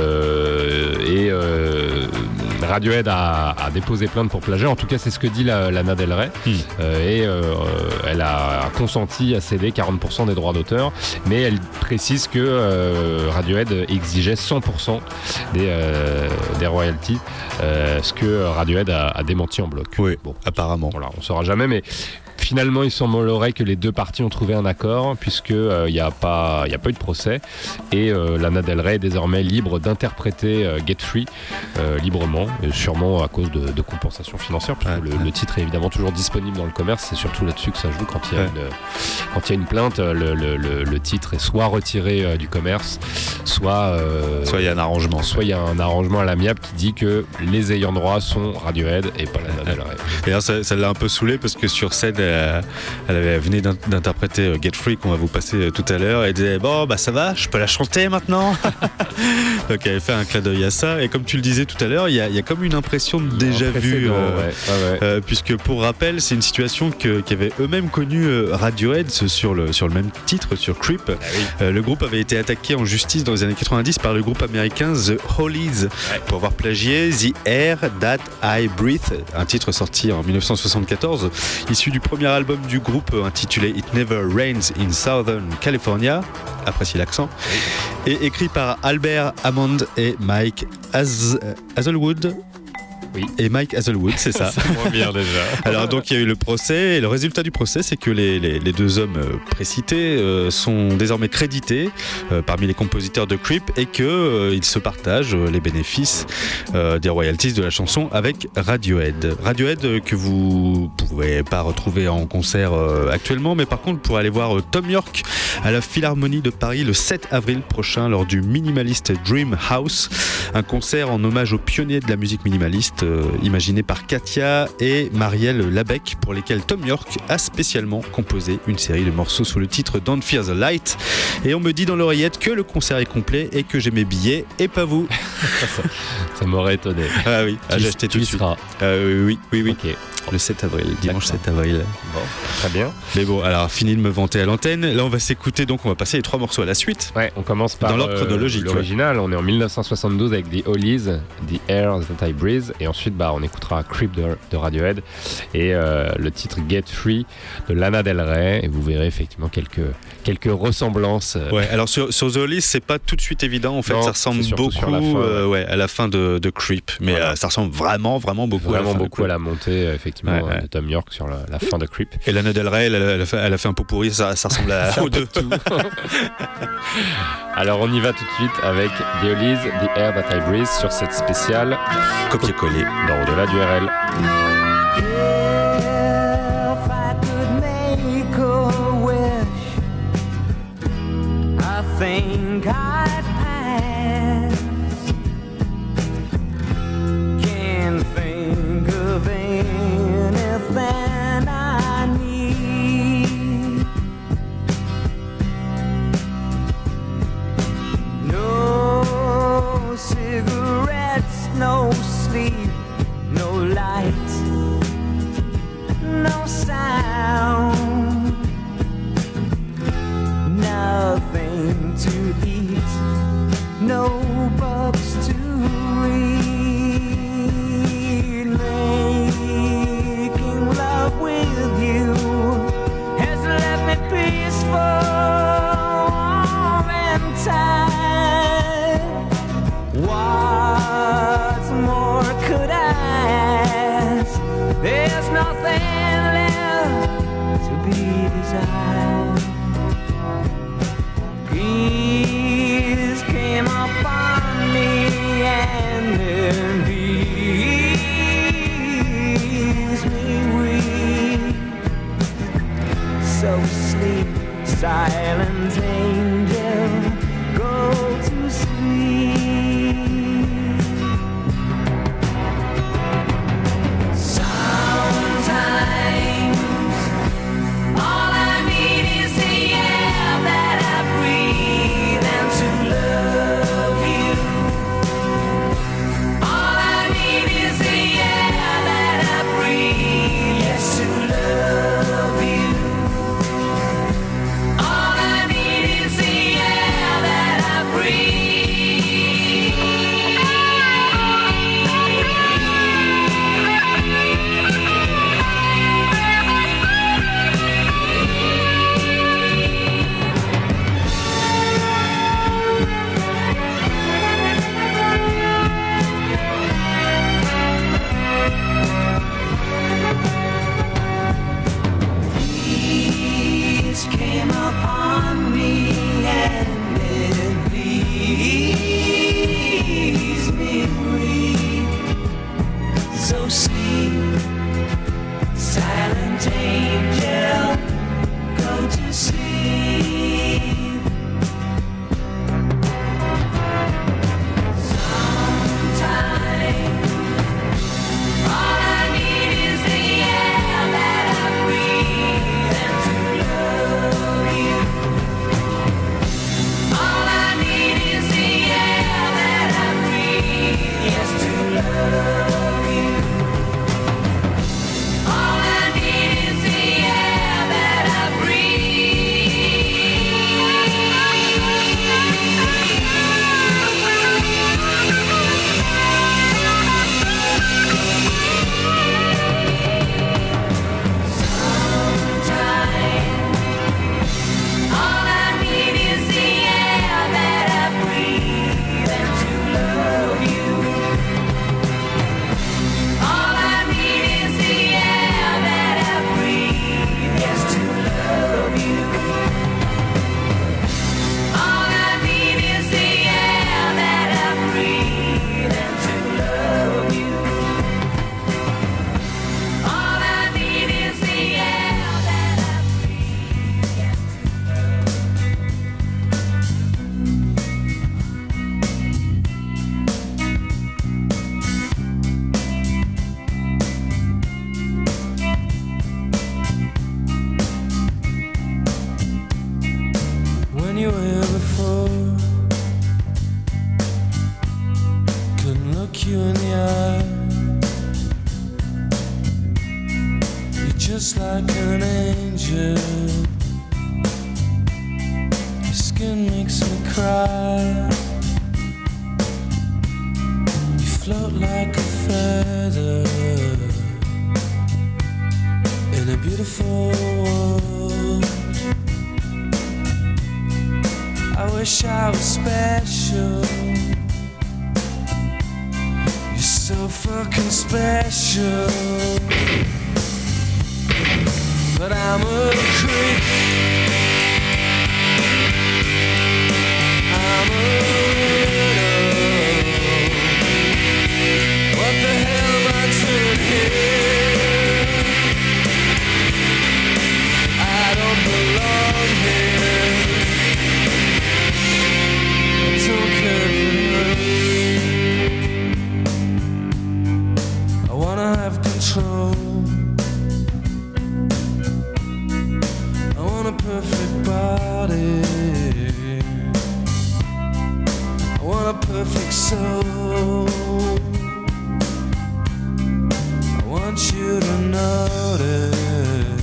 euh, et euh, Radiohead a, a déposé plainte pour plagiat. En tout cas, c'est ce que dit la, Lana Del Rey. Mm. Euh, et euh, elle a consenti à céder quarante pour cent des droits d'auteur, mais elle précise que euh, Radiohead exigeait cent pour cent des, euh, des royalties, euh, ce que Radiohead a, a démenti en bloc. Oui, bon, apparemment. Voilà, on ne saura jamais, mais finalement, il semblerait que les deux parties ont trouvé un accord, puisque il euh, n'y a pas, il y a pas eu de procès, et euh, Lana Del Rey est désormais libre d'interpréter euh, Get Free euh, librement, et sûrement à cause de, de compensations financières, puisque ouais, le, ouais. le titre est évidemment toujours disponible dans le commerce. C'est surtout là-dessus que ça joue quand il y a ouais. une, quand il y a une plainte. Le, le, le, le titre est soit retiré euh, du commerce, soit euh, soit il y a un arrangement, soit il y a un arrangement à l'amiable qui dit que les ayants droit sont Radiohead et pas Lana Del Rey. D'ailleurs, ça, ça l'a un peu saoulé parce que sur scène, elle, elle avait venait d'interpréter Get Free qu'on va vous passer tout à l'heure, et elle disait bon bah ça va, je peux la chanter maintenant. Donc elle avait fait un clin d'œil à ça, et comme tu le disais tout à l'heure, il y a, il y a comme une impression de déjà vu, euh, ouais, ouais, ouais. Euh, puisque pour rappel, c'est une situation que, qu'avaient eux-mêmes connue euh, Radiohead sur le, sur le même titre, sur Creep. Ah oui. euh, le groupe avait été attaqué en justice dans les années quatre-vingt-dix par le groupe américain The Hollies ouais. pour avoir plagié The Air That I Breathe, un titre sorti en dix-neuf cent soixante-quatorze, issu du premier album du groupe intitulé It Never Rains in Southern California, appréciez l'accent, oui. et écrit par Albert Hammond et Mike Az- Hazelwood. Oui. Et Mike Hazelwood, c'est ça. C'est moins bien déjà. Alors donc il y a eu le procès, et le résultat du procès, c'est que les, les, les deux hommes euh, précités euh, sont désormais crédités euh, parmi les compositeurs de Creep, et qu'ils euh, se partagent euh, les bénéfices euh, des royalties de la chanson avec Radiohead. Radiohead euh, que vous pouvez pas retrouver en concert euh, actuellement, mais par contre pour aller voir euh, Thom Yorke à la Philharmonie de Paris le sept avril prochain lors du Minimalist Dream House, un concert en hommage aux pionniers de la musique minimaliste euh, imaginé par Katia et Marielle Labec, pour lesquels Thom Yorke a spécialement composé une série de morceaux sous le titre Don't Fear the Light. Et on me dit dans l'oreillette que le concert est complet et que j'ai mes billets et pas vous. ça, ça m'aurait étonné. Ah oui, ah, j'ai acheté tout de suite. Euh, oui, oui, oui. Okay. Le sept avril, dimanche D'accord. sept avril. Bon, très bien. Mais bon, alors fini de me vanter à l'antenne. Là, on va s'écouter, donc on va passer les trois morceaux à la suite. Ouais, on commence par dans l'ordre chronologique. Euh, l'original, ouais. On est en dix-neuf cent soixante-douze avec The Hollies, The Air That I Breathe, et ensuite bah, on écoutera Creep de, de Radiohead et euh, le titre Get Free de Lana Del Rey, et vous verrez effectivement quelques, quelques ressemblances. Ouais, alors sur, sur The Hollies, c'est pas tout de suite évident. En fait, non, ça ressemble beaucoup sur la fin, euh, ouais, à la fin de, de Creep, mais voilà. euh, ça ressemble vraiment, vraiment beaucoup vraiment à la fin beaucoup à la montée, effectivement, ouais, ouais. de Thom Yorke sur la, la fin de Creep. Et Lana Del Rey, elle, elle, a, fait, elle a fait un pot pourri, ça, ça ressemble à aux deux. Tout. Alors on y va tout de suite avec The Hollies, The Air That I Breathe, sur cette spéciale copier-coller dans Au-delà du R L. If I could make a way think I'd pass. Can't think of anything I need. No cigarettes, no sleep, no light, no sound, nothing to eat, no books to read. Making love with you has left me peaceful, warm and tired. What more could I ask? There's nothing left to be desired. Peace came upon me and then peace me weak. So sleep, silent angel, go to sleep. Sometimes all I need is the air that I breathe and to love you. All I need is the air that I breathe, yes, to love you. All I need is the air that I breathe. Peace came upon me and it pleased me weak. So sleep, silent angel, go to sleep. Sometimes all I need is the air that I breathe and to love you. All I need is the air that I breathe, yes, to love you. All I need is the air that I all I need is the air that I breathe and to love you. All I need is the air that I breathe, yes, to love you. All I need is the air that I breathe and to love you. All I need is the air that I breathe, yes, to when you were here before, couldn't look you in the eye. You're just like an angel. Your skin makes me cry. You float like a feather in a beautiful world. I wish I was special. You're so fucking special. But I'm a creep. I'm a widow. What the hell am I doing here? I don't belong here. a perfect soul. I want you to notice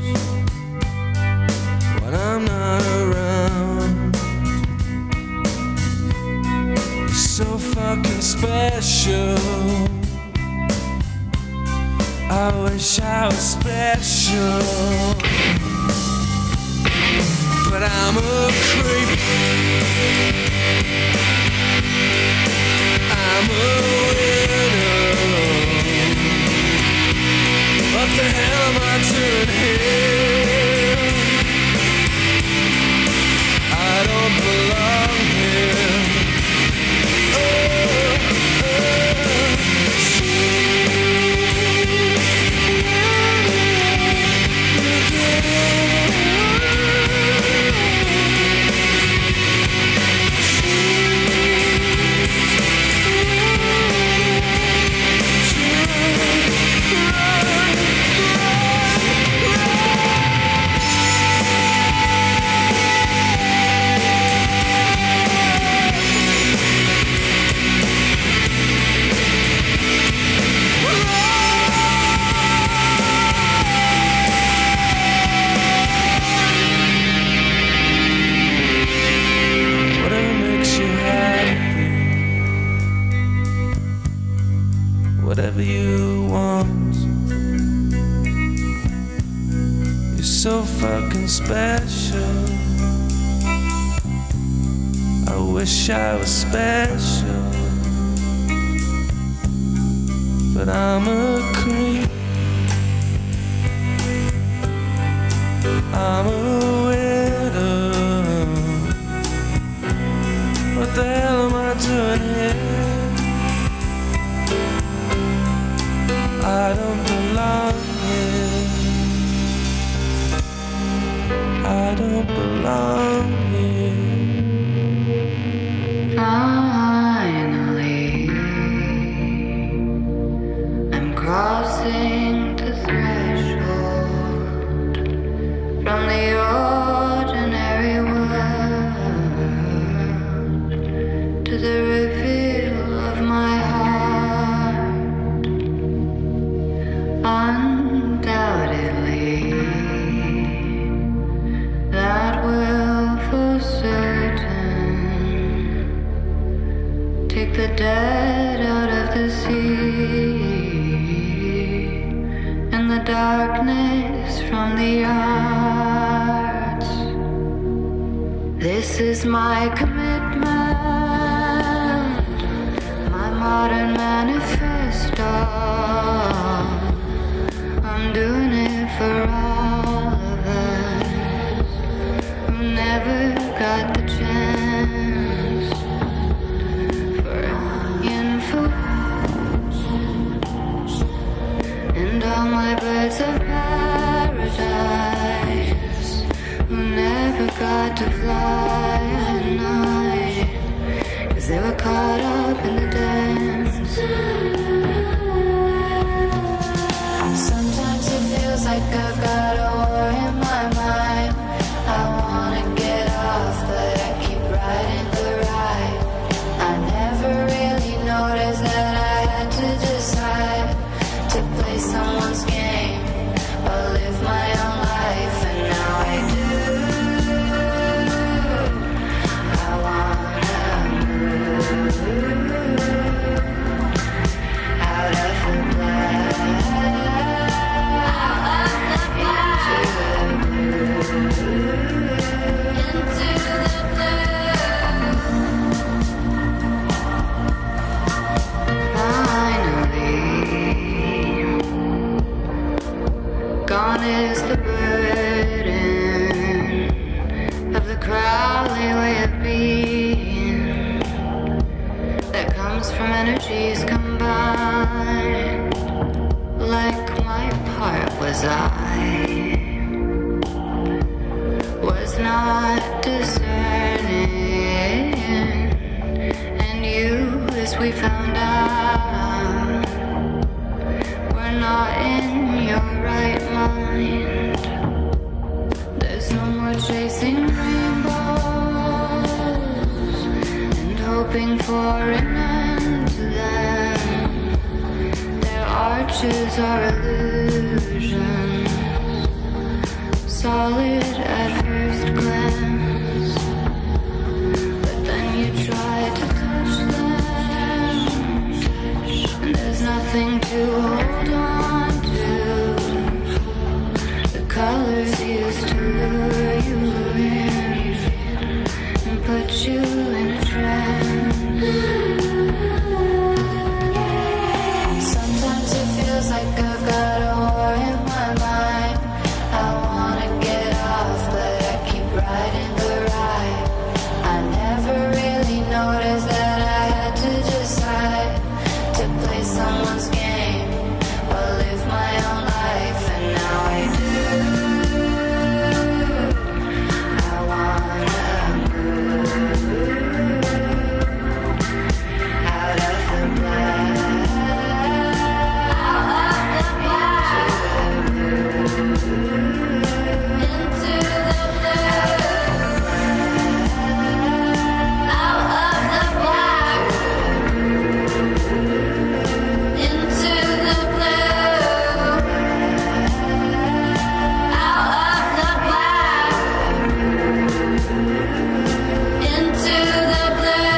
when I'm not around. You're so fucking special. I wish I was special, but I'm a creep. I'm a widow. What the hell am I doing here? I don't belong here. Oh, oh. Whatever you want. You're so fucking special. I wish I was special, but I'm a creep. I'm a widow. What the hell am I doing here? I don't belong here. I don't belong here. Finally, I'm crossing the threshold from the ordinary world to the reveal of my heart. Undoubtedly, that will for certain take the dead out of the sea and the darkness from the arts. This is my commitment, my modern manifesto. I'm doing it for all of us who never got the chance for info. And all my birds of paradise who never got to fly at night 'cause they were caught up in the dance. Sometimes it feels like I've got a war in my mind. I wanna get off, but I keep riding the ride. I never really noticed that I had to decide to play someone's game or live my own life, and now I do. I wanna move out of the black. Gone is the burden of the crowdly way of being that comes from energies combined. Like my part was I was not discerning, and you, as we found out, were not in your right mind. There's no more chasing rainbows and hope hoping for an end to them. Their arches are illusions, solid at first glance, but then you try to touch them. There's nothing to hold on to. The colors used to lure you in and put you in a trance. Sometimes it feels like I've got a whore in my mind. I wanna get off, but I keep riding the ride. I never really noticed that I had to decide to play someone's game or live my own life, and now I do. I wanna move out of the black, out of the black, into the blue, out of the black, into the blue, out of the black, into the blue.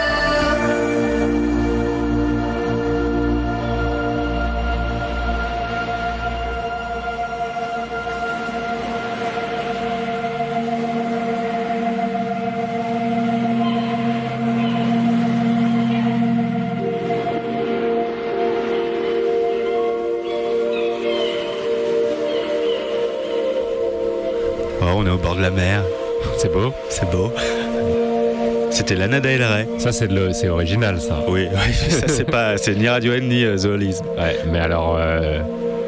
Oh, on est au bord de la mer. C'est beau. C'est beau. C'était Lana Del Rey. Ça, c'est, de le, c'est original, ça. Oui, oui, ça c'est pas, c'est ni Radiohead ni euh, The Hollies. Ouais, mais alors, euh,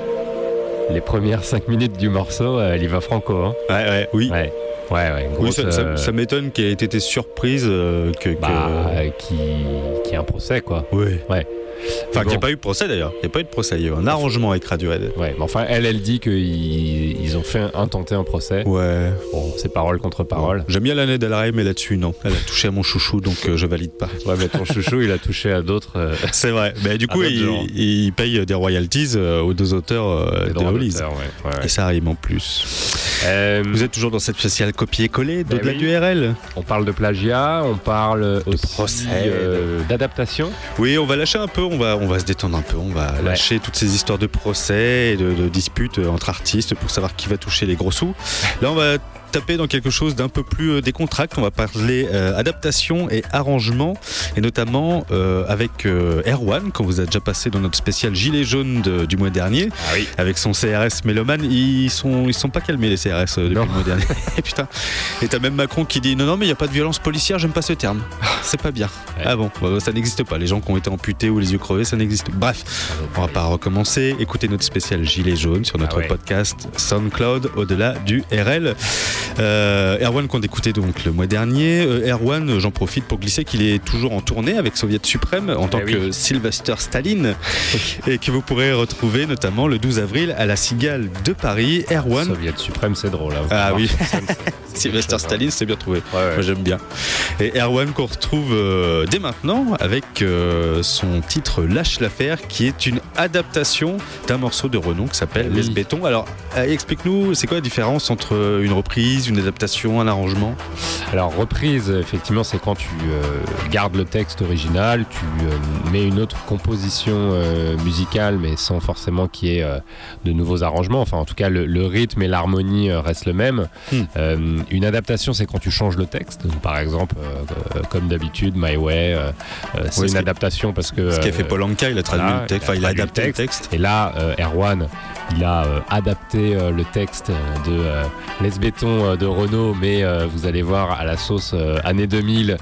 les premières cinq minutes du morceau, euh, elle y va franco. Hein. Ouais, ouais, oui. Ouais, ouais, ouais. Oui, Grosse, ça, ça- euh, ça m'étonne qu'elle ait été surprise euh, que. que- bah, euh, qui, qui a un procès, quoi. Oui. Ouais. Enfin, qu'il n'y Bon. a pas eu de procès d'ailleurs. Il n'y a pas eu de procès. Il y a eu un arrangement avec Radiohead. Ouais, mais enfin, elle, elle dit qu'ils ils ont fait intenter un procès. Ouais. Bon, c'est parole contre parole. J'aime bien Lana Del Rey, mais là-dessus, non. Elle a touché à mon chouchou, donc euh, je valide pas. Ouais, mais ton chouchou, il a touché à d'autres. euh, C'est vrai. Mais du À coup, d'autres il, gens. il paye des royalties euh, aux deux auteurs euh, des de droits Hollies. d'auteur, ouais, ouais, ouais. Et ça rime en plus. Euh, Vous êtes toujours dans cette spéciale copier-coller Ben d'au-delà oui. du R L. On parle de plagiat, on parle aussi procès, euh, d'adaptation. Oui, on va lâcher un peu, on va, on va se détendre un peu, on va Ouais. lâcher toutes ces histoires de procès et de, de disputes entre artistes pour savoir qui va toucher les gros sous. Là, on va taper dans quelque chose d'un peu plus euh, décontracté. On va parler euh, adaptation et arrangement, et notamment euh, avec euh, Erwan, qu'on vous a déjà passé dans notre spécial Gilet jaune de- du mois dernier, Ah oui. avec son C R S mélomane. Ils sont, ils sont pas calmés les C R S euh, depuis Non. le mois dernier. Et putain. Et t'as même Macron qui dit non, non, mais il n'y a pas de violence policière, j'aime pas ce terme. C'est pas bien. Ouais. Ah bon, bah, ça n'existe pas. Les gens qui ont été amputés ou les yeux crevés, ça n'existe pas. Bref, on va pas recommencer. Écoutez notre spécial Gilet jaune sur notre Ah ouais. podcast SoundCloud au-delà du R L. Euh, Erwan qu'on écoutait donc le mois dernier. Euh, Erwan, euh, j'en profite pour glisser qu'il est toujours en tournée avec Soviet Suprême en tant oui. que Sylvester Staline et que vous pourrez retrouver notamment le douze avril à la Cigale de Paris. Erwan. Soviet suprême, c'est drôle. Hein. Ah Faut oui. voir sur scène, c'est- Sylvester c'est Staline, c'est bien trouvé. Ouais, ouais. Moi j'aime bien. Et Erwan qu'on retrouve euh, dès maintenant avec euh, son titre Lâche l'affaire, qui est une adaptation d'un morceau de renom qui s'appelle Oui. Les Béton. Alors euh, explique-nous, c'est quoi la différence entre une reprise, une adaptation, un arrangement? Alors reprise, effectivement, c'est quand tu euh, gardes le texte original, tu euh, mets une autre composition euh, musicale, mais sans forcément qu'il y ait euh, de nouveaux arrangements. Enfin, en tout cas, le, le rythme et l'harmonie euh, restent le même. Hmm. Euh, une adaptation, c'est quand tu changes le texte. Donc, par exemple, euh, euh, comme d'habitude, My Way, euh, euh, c'est Ouais, ce une qui- adaptation parce que Ce qu'a euh, fait Paul Anka, il a traduit voilà, le texte, enfin il a traduit adapté le texte. Et là, euh, Erwan, il a euh, adapté euh, le texte de euh, Les Béton euh, de Renaud, mais euh, vous allez voir à la sauce euh, année deux mille,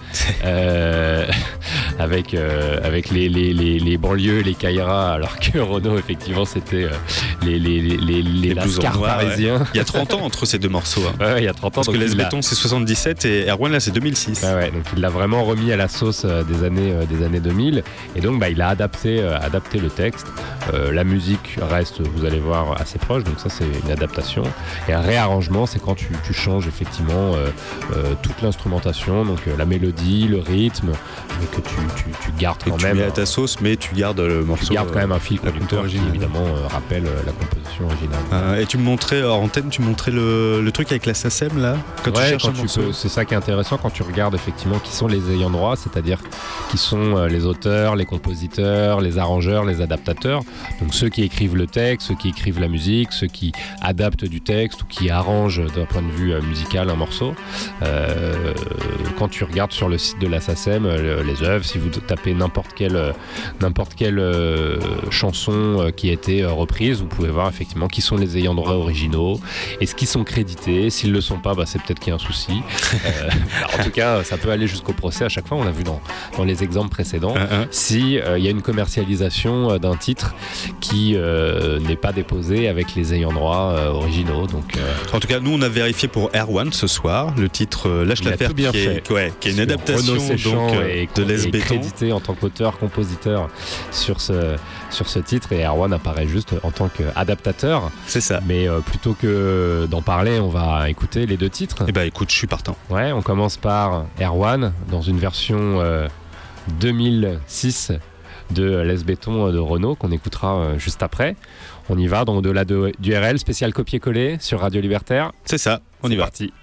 euh, avec, euh, avec les, les, les, les banlieues, les Caïras, alors que Renaud, effectivement, c'était euh, les, les, les, les, les blousons lascars noirs, ouais. parisiens. Il y a trente ans entre ces deux morceaux. hein. Ouais, il y a trente ans. Parce que donc Les il l'a- Béton c'est soixante-dix-sept et Erwan là c'est deux mille six. Ouais, ouais, donc il l'a vraiment remis à la sauce euh, des années euh, des années deux mille, et donc bah, il a adapté euh, adapté le texte. Euh, la musique reste, vous allez voir, savoir assez proche, donc ça c'est une adaptation. Et un réarrangement, c'est quand tu, tu changes effectivement euh, euh, toute l'instrumentation, donc euh, la mélodie, le rythme, mais que tu, tu, tu gardes quand et même. Tu mets à ta sauce, mais tu gardes le morceau. Tu gardes quand même un fil la conducteur qui évidemment euh, rappelle euh, la composition originale. Euh, et tu me montrais hors antenne, tu montrais le, le truc avec la S A C E M là, quand ouais, tu cherches quand un tu morceau. peux, c'est ça qui est intéressant quand tu regardes effectivement qui sont les ayants droit, c'est-à-dire qui sont euh, les auteurs, les compositeurs, les arrangeurs, les adaptateurs. Donc ceux qui écrivent le texte, ceux qui écrivent la musique, ceux qui adaptent du texte ou qui arrangent d'un point de vue euh, musical un morceau. Euh, quand tu regardes sur le site de la S A C E M euh, les œuvres, si vous tapez n'importe quelle, euh, n'importe quelle euh, chanson euh, qui a été euh, reprise, vous pouvez voir effectivement qui sont les ayants droit originaux, est-ce qu'ils sont crédités, s'ils le sont pas, bah, c'est peut-être qu'il y a un souci. Euh, en tout cas, ça peut aller jusqu'au procès à chaque fois, on l'a vu dans, dans les exemples précédents, uh-huh. si il euh, y a une commercialisation euh, d'un titre qui euh, n'est pas déposé avec les ayants droit euh, originaux. Donc, euh, en tout cas, nous on a vérifié pour Air One ce soir, le titre euh, Lâche l'affaire qui, est, ouais, qui est une adaptation donc, euh, de Les Béton. Crédité en tant qu'auteur-compositeur sur ce, sur ce titre, et Air One apparaît juste en tant qu'adaptateur. C'est ça. Mais euh, plutôt que d'en parler, on va écouter les deux titres. Eh ben écoute, je suis partant. Ouais, on commence par Air One dans une version euh, deux mille six de Les Béton de Renaud qu'on écoutera euh, juste après. On y va, donc au-delà de, du R L, spécial copier-coller sur Radio Libertaire. C'est ça, on C'est y va. Parti.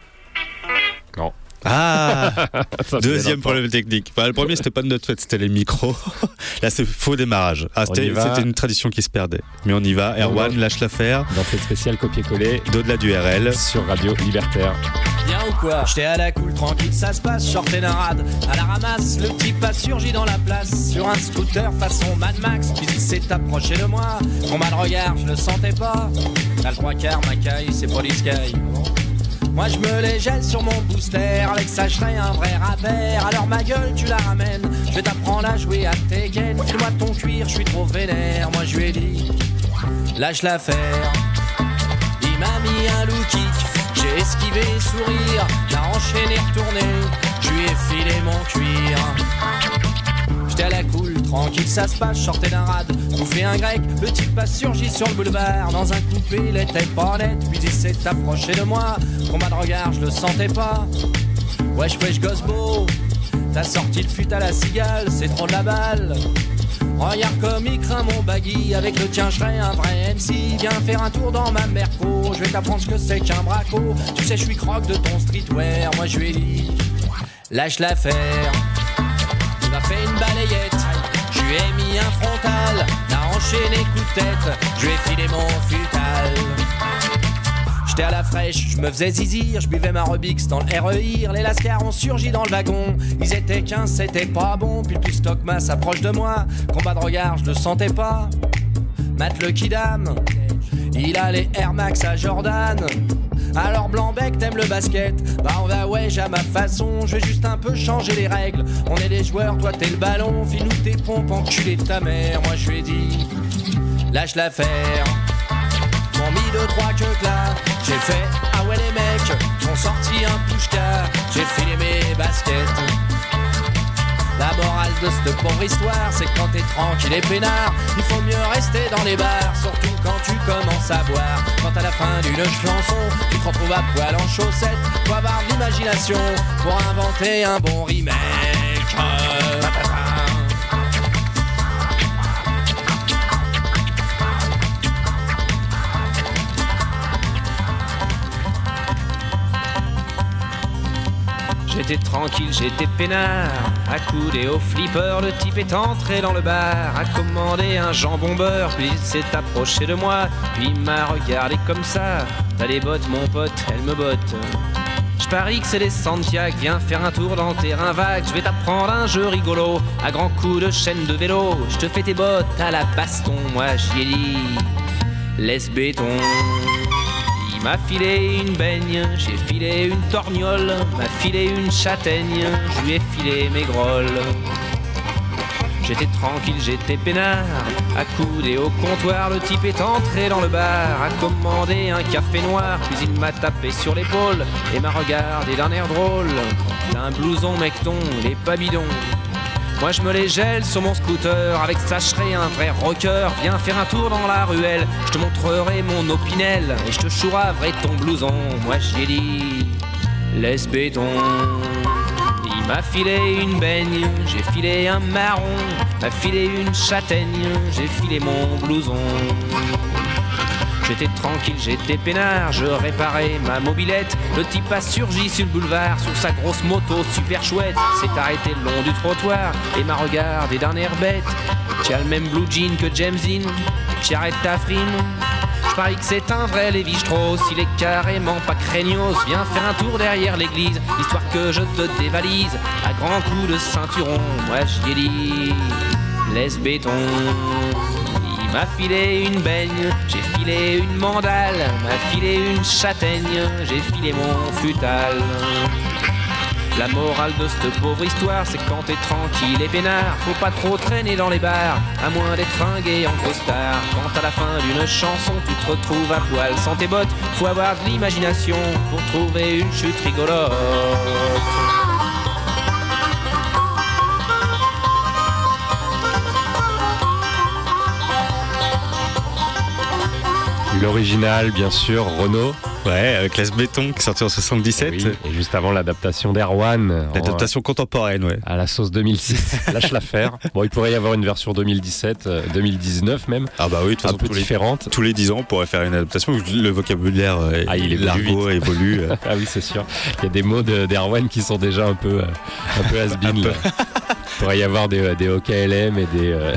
Non. Ah, deuxième problème technique. Enfin, le premier, c'était pas de notre fait, c'était les micros. Là, c'est faux démarrage. Ah, c'était, c'était une tradition qui se perdait. Mais on y va. Air One, Lâche l'affaire. Dans cette spéciale copier-coller d'au-delà du R L sur Radio Libertaire. Bien ou quoi? J'étais à la cool, tranquille, ça se passe, sortais d'un rad. À la ramasse, le type a surgi dans la place. Sur un scooter façon Mad Max, puis il s'est approché de moi. Combat de regard, je le sentais pas. T'as le trois quarts, ma caille, c'est Police Sky. Moi je me les gèle sur mon booster, avec ça je serais un vrai rappeur. Alors ma gueule tu la ramènes, je vais t'apprendre à jouer à Tekken. File-moi ton cuir, je suis trop vénère. Moi je lui ai dit, lâche l'affaire. Il m'a mis un low kick, j'ai esquivé sourire. L'a enchaîné, retourné, je lui ai filé mon cuir. J'étais à la cool, tranquille, ça se passe, je sortais d'un rad, bouffé un grec, le type a surgi sur le boulevard. Dans un coupé, il était pas net, puis il s'est approché de moi. Combat de regard, je le sentais pas. Wesh, wesh, gosse beau, t'as sorti le fut à la cigale, c'est trop de la balle. Regarde comme il craint mon baggy, avec le tien je serais un vrai M C. Viens faire un tour dans ma Merco, je vais t'apprendre ce que c'est qu'un braco. Tu sais, je suis croque de ton streetwear, moi je lui ai dit, lâche l'affaire. Il m'a fait une balayette, je lui ai mis un frontal, l'a enchaîné coup de tête, je lui ai filé mon futal. J'étais à la fraîche, je me faisais zizir, je buvais ma Rubix dans le R E I R. Les lascars ont surgi dans le wagon, ils étaient quinze, c'était pas bon. Puis le plus stockma s'approche de moi, combat de regard, je le sentais pas. Matt le Kidam, il a les Air Max à Jordan. Alors Blanc-Bec, t'aimes le basket? Bah on va ouais, à ma façon, je vais juste un peu changer les règles. On est des joueurs, toi t'es le ballon, file-nous tes pompes, enculé de ta mère. Moi je lui ai dit, lâche l'affaire. M'ont mis deux trois queues là, j'ai fait, ah ouais les mecs, ont sorti un pushka, j'ai filé mes baskets. La morale de cette pauvre histoire, c'est que quand t'es tranquille et peinard, il faut mieux rester dans les bars, surtout quand tu commences à boire. Quand à la fin d'une chanson, tu te retrouves à poil en chaussettes, faut avoir de l'imagination pour inventer un bon remake. J'étais tranquille, j'étais peinard, accoudé au flipper, le type est entré dans le bar, a commandé un jambon beurre, puis il s'est approché de moi, puis il m'a regardé comme ça. T'as des bottes mon pote, elles me bottent. Je parie que c'est des Santiago, viens faire un tour dans le terrain vague, je vais t'apprendre un jeu rigolo, à grands coups de chaîne de vélo, je te fais tes bottes à la baston, moi j'y ai dit, laisse béton. Il m'a filé une baigne, j'ai filé une torgnole, m'a filé une châtaigne, je lui ai filé mes grolles. J'étais tranquille, j'étais peinard, accoudé au comptoir, le type est entré dans le bar, a commandé un café noir, puis il m'a tapé sur l'épaule et m'a regardé d'un air drôle. T'as un blouson mecton, il est pas bidon. Moi je me les gèle sur mon scooter. Avec ça je serai un vrai rocker. Viens faire un tour dans la ruelle. Je te montrerai mon opinel. Et je te chouraverai ton blouson. Moi j'y ai dit, laisse béton. Il m'a filé une baigne, j'ai filé un marron. M'a filé une châtaigne, j'ai filé mon blouson. J'étais tranquille, j'étais peinard, je réparais ma mobilette. Le type a surgi sur le boulevard, sur sa grosse moto super chouette. S'est arrêté le long du trottoir et m'a regardé d'un air bête. Tu as le même blue jean que James Dean, tu arrêtes ta frime. Je parie que c'est un vrai Lévi-Strauss, il est carrément pas craignos. Viens faire un tour derrière l'église, histoire que je te dévalise. À grands coups de ceinturon, moi j'y ai dit, laisse béton. Il m'a filé une baigne, j'ai filé une mandale. M'a filé une châtaigne, j'ai filé mon futal. La morale de cette pauvre histoire, c'est quand t'es tranquille et peinard, faut pas trop traîner dans les bars, à moins d'être fringué en costard. Quand à la fin d'une chanson, tu te retrouves à poil sans tes bottes, faut avoir de l'imagination pour trouver une chute rigolote. L'original, bien sûr, Renaud. Ouais, avec Laisse Béton qui est sorti en soixante-dix-sept. Oui, et juste avant l'adaptation d'Erwan. L'adaptation en, contemporaine, ouais. À la sauce deux mille six. Lâche l'affaire. Bon, il pourrait y avoir une version deux mille dix-sept, euh, deux mille dix-neuf même. Ah bah oui, de toute façon, un peu tous différente. Les, tous les dix ans, on pourrait faire une adaptation. Le vocabulaire, euh, ah, il l'argot évolue. Euh. Ah oui, c'est sûr. Il y a des mots de, d'Erwan qui sont déjà un peu, euh, un peu has-been. Il pourrait y avoir des, des O K L M et des... Euh...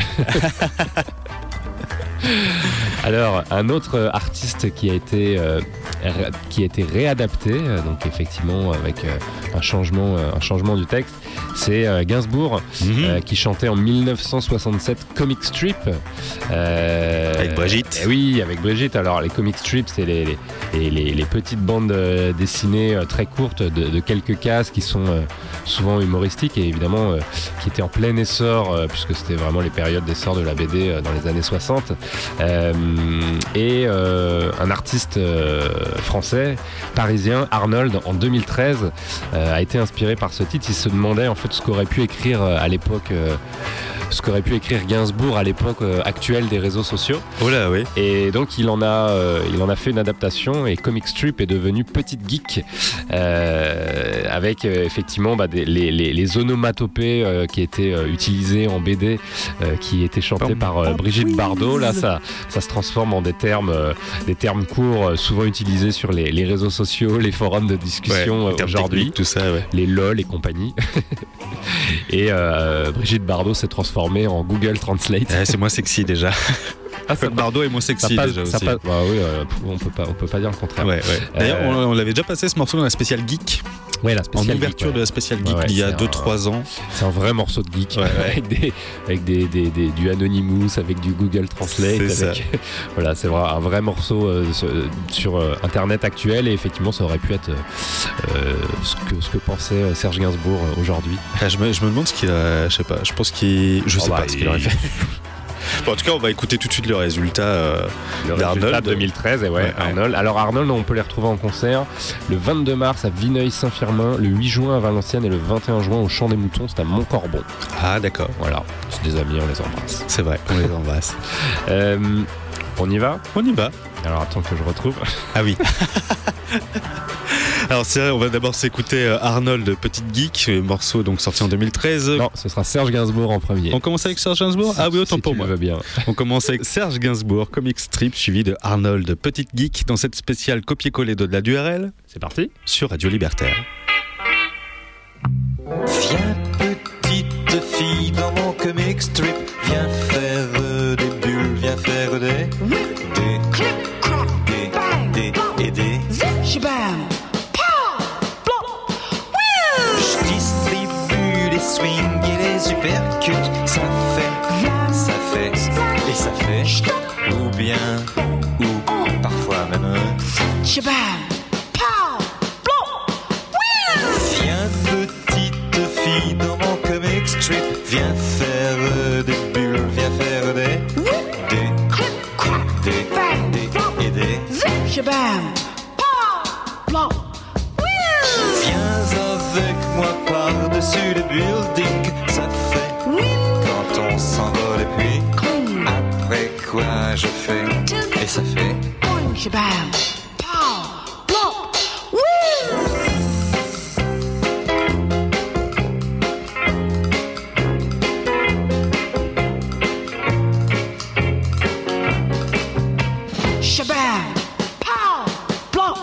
Alors, un autre artiste qui a été, euh, qui a été réadapté, euh, donc effectivement avec euh, un, changement, euh, un changement du texte, c'est euh, Gainsbourg, mm-hmm. euh, qui chantait en dix-neuf cent soixante-sept Comic Strip. Euh, avec Brigitte. Euh, oui, avec Brigitte. Alors, les Comic Strips, c'est les, les, les, les petites bandes euh, dessinées euh, très courtes de, de quelques cases qui sont euh, souvent humoristiques et évidemment euh, qui étaient en plein essor, euh, puisque c'était vraiment les périodes d'essor de la B D euh, dans les années soixante. Euh, et euh, un artiste euh, français, parisien, Arnold, en deux mille treize, euh, a été inspiré par ce titre. Il se demandait en fait ce qu'aurait pu écrire euh, à l'époque euh, ce qu'aurait pu écrire Gainsbourg à l'époque euh, actuelle des réseaux sociaux. Oh là, oui. Et donc il en a, euh, il en a fait une adaptation et Comic Strip est devenu Petite Geek euh, avec euh, effectivement bah, des, les, les, les onomatopées euh, qui étaient euh, utilisées en B D, euh, qui étaient chantées par euh, Brigitte Bardot. Là, ça, ça se transforme en des termes, euh, des termes courts, euh, souvent utilisés sur les, les réseaux sociaux, les forums de discussion ouais, euh, aujourd'hui, tout ça, ouais. Les LOL et compagnie. Et euh, Brigitte Bardot s'est transformée en Google Translate. Ouais, c'est moins sexy déjà. Ah, Bardot est moins sexy passe, déjà ça aussi. Passe, bah oui, euh, on peut pas, on peut pas dire le contraire. Ouais, ouais. D'ailleurs, euh, on, on l'avait déjà passé ce morceau dans la spéciale Geek. Ouais, la spéciale en ouverture geek, ouais. de la spéciale Geek, ouais, il y a deux trois ans. C'est un vrai morceau de geek, ouais, ouais. avec, des, avec des, des, des, du Anonymous, avec du Google Translate. C'est avec, voilà, c'est vrai, un vrai morceau euh, sur, sur euh, Internet actuel et effectivement, ça aurait pu être euh, ce, que, ce que pensait Serge Gainsbourg euh, aujourd'hui. Ah, je, me, je me demande ce qu'il a, je sais pas, je pense qu'il, je sais oh, pas bah, ce qu'il aurait fait. Bon, en tout cas, on va écouter tout de suite le résultat, euh, le d'Arnold. Résultat deux mille treize, et ouais, ouais, Arnold. Alors Arnold, on peut les retrouver en concert le vingt-deux mars à Vineuil-Saint-Firmin, le huit juin à Valenciennes et le vingt et un juin au Champ des Moutons, c'est à Montcorbon. Ah d'accord. Voilà, c'est des amis, on les embrasse. C'est vrai, on les embrasse. euh, on y va On y va. Alors attends que je retrouve. Ah oui. Alors c'est vrai, on va d'abord s'écouter Arnold, Petite Geek, morceau donc sorti en deux mille treize. Non, ce sera Serge Gainsbourg en premier. On commence avec Serge Gainsbourg ? Ah oui, autant si pour tu moi. Le veux bien. On commence avec Serge Gainsbourg, Comic Strip, suivi de Arnold, Petite Geek, dans cette spéciale copier-coller d'au-delà du R L. C'est parti. Sur Radio Libertaire. Viens petite fille dans mon comic strip, viens faire euh, des bulles, viens faire des... des... des... des... et des... Je distribue les swings et les uppercuts, ça fait, ça fait, et ça fait, ou bien, ou parfois même... Viens petite fille dans mon comic strip, viens faire euh, des bulles, viens faire des... des... des... des... et des... Viens avec moi par-dessus les buildings, ça fait quand on s'envole et puis après quoi je fais et ça fait Shabam, pow, plop, woo! Shabam, pow, plop,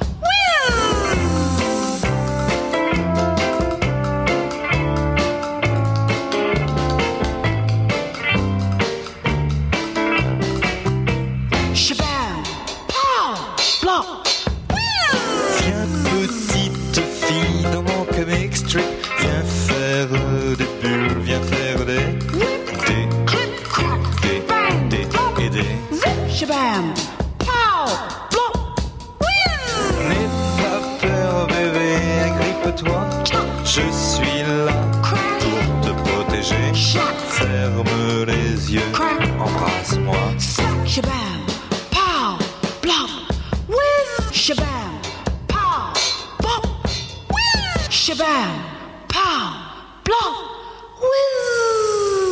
Shabam, pow, plop, Viens petite fille dans mon comic strip, viens faire des bulles, viens faire des des des des et des. Shabam, pow, plop, N'aie pas peur bébé, agrippe-toi, je suis là pour te protéger. Ferme les yeux, embrasse-moi. Shabam, pow, plop, whiz. Shabam, pow, pop, whiz. Shabam, pow, plop, whiz.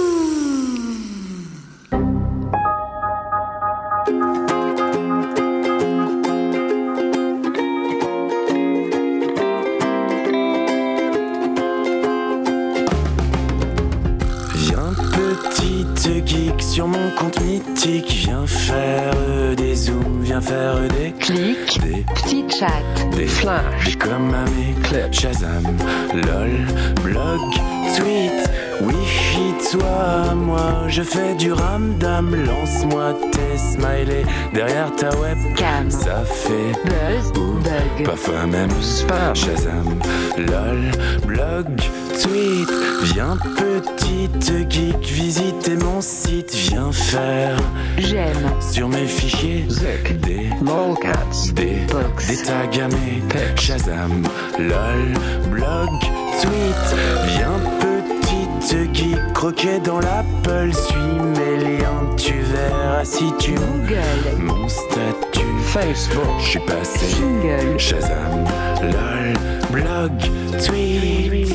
Viens petite geek sur mon compte mythique, viens faire des zooms, viens faire des clics, des petits chats, des flashs, des comme à mes clips, Shazam, lol, blog, tweet, wifi, toi, moi, je fais du ramdam, lance-moi tes smileys derrière ta webcam, ça fait buzz ou bug, parfois même spam, Shazam, lol, blog, tweet, viens petite geek, visiter mon site, viens faire j'aime sur mes fichiers des lolcats, des books, des tags à mes Shazam, lol, blog, tweet, viens petite geek, croquer dans l'Apple, suis mes liens, tu verras si tu Google mon statut Facebook, je suis passé single, Shazam, lol, blog, tweet.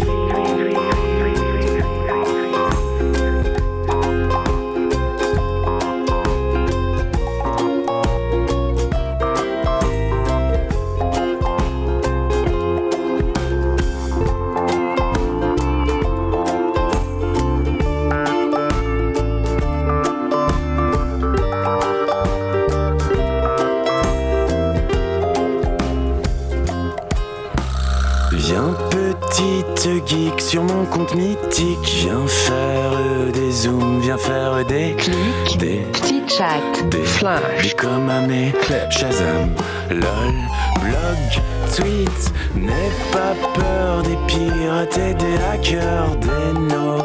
Viens petite geek sur mon compte mythique, viens faire des zooms, viens faire des clics, des petits chats, des flashs, des comme à mes Shazam, lol, blog, tweet, n'aie pas peur des pirates et des hackers, des no,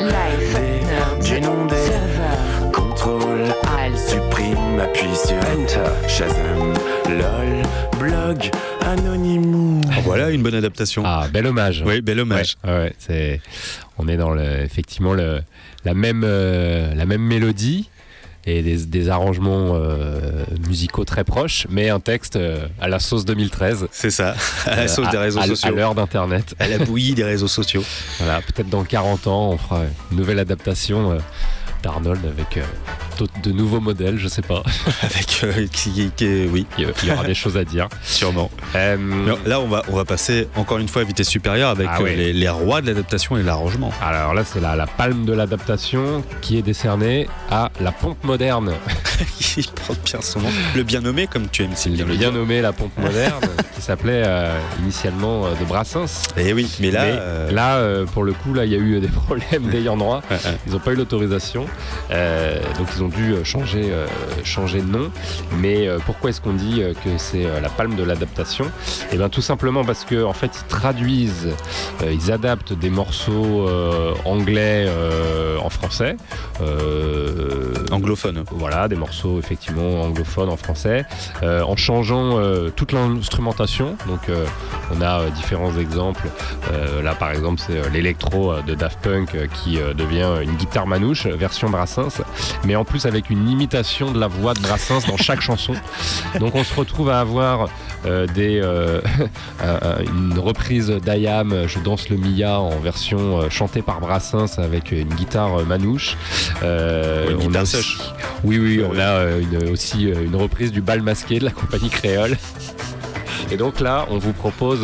des, du nom des serveurs, contrôle, alt, supprime, appuie sur enter, Shazam, lol, blog, Anonymous. Voilà une bonne adaptation. Ah, bel hommage. Oui, bel hommage. Ouais, ouais, c'est, on est dans le, effectivement le, la même, euh, la même mélodie et des, des arrangements euh, musicaux très proches, mais un texte euh, à la sauce deux mille treize. C'est ça, à la sauce euh, des réseaux à, sociaux. À l'heure d'Internet. À la bouillie des réseaux sociaux. Voilà, peut-être dans quarante ans, on fera une nouvelle adaptation euh, d'Arnold avec euh, de nouveaux modèles, je sais pas. Avec euh, qui, qui, oui, il y aura des choses à dire, sûrement. Euh, non, là, on va on va passer encore une fois à vitesse supérieure avec ah ouais. les, les rois de l'adaptation et l'arrangement. Alors là, c'est la, la palme de l'adaptation qui est décernée à La Pompe Moderne. Il porte bien son nom. Le bien nommé, comme tu aimes si bien le bien dire. nommé La Pompe Moderne, qui s'appelait euh, initialement euh, de Brassens. Et oui, mais là, mais euh... là, euh, pour le coup, là, il y a eu des problèmes d'ayant droit. Ils n'ont pas eu l'autorisation, euh, donc ils ont dû changer, euh, changer de nom. Mais euh, pourquoi est-ce qu'on dit euh, que c'est euh, la palme de l'adaptation ? Eh bien, tout simplement parce que en fait, ils traduisent, euh, ils adaptent des morceaux euh, anglais euh, en français. Euh, anglophone. Voilà, des morceaux effectivement anglophones en français, euh, en changeant euh, toute l'instrumentation. Donc euh, on a euh, différents exemples. Euh, là par exemple c'est euh, l'électro euh, de Daft Punk euh, qui euh, devient une guitare manouche, version Brassens, mais en plus avec une imitation de la voix de Brassens dans chaque chanson. Donc on se retrouve à avoir euh, des, euh, une reprise d'I A M, Je danse le Mia en version euh, chantée par Brassens avec une guitare euh, manouche. Euh, une on guitare a sèche. aussi, oui, oui, on a euh, une, aussi euh, une reprise du Bal masqué de la compagnie Créole. Et donc là, on vous propose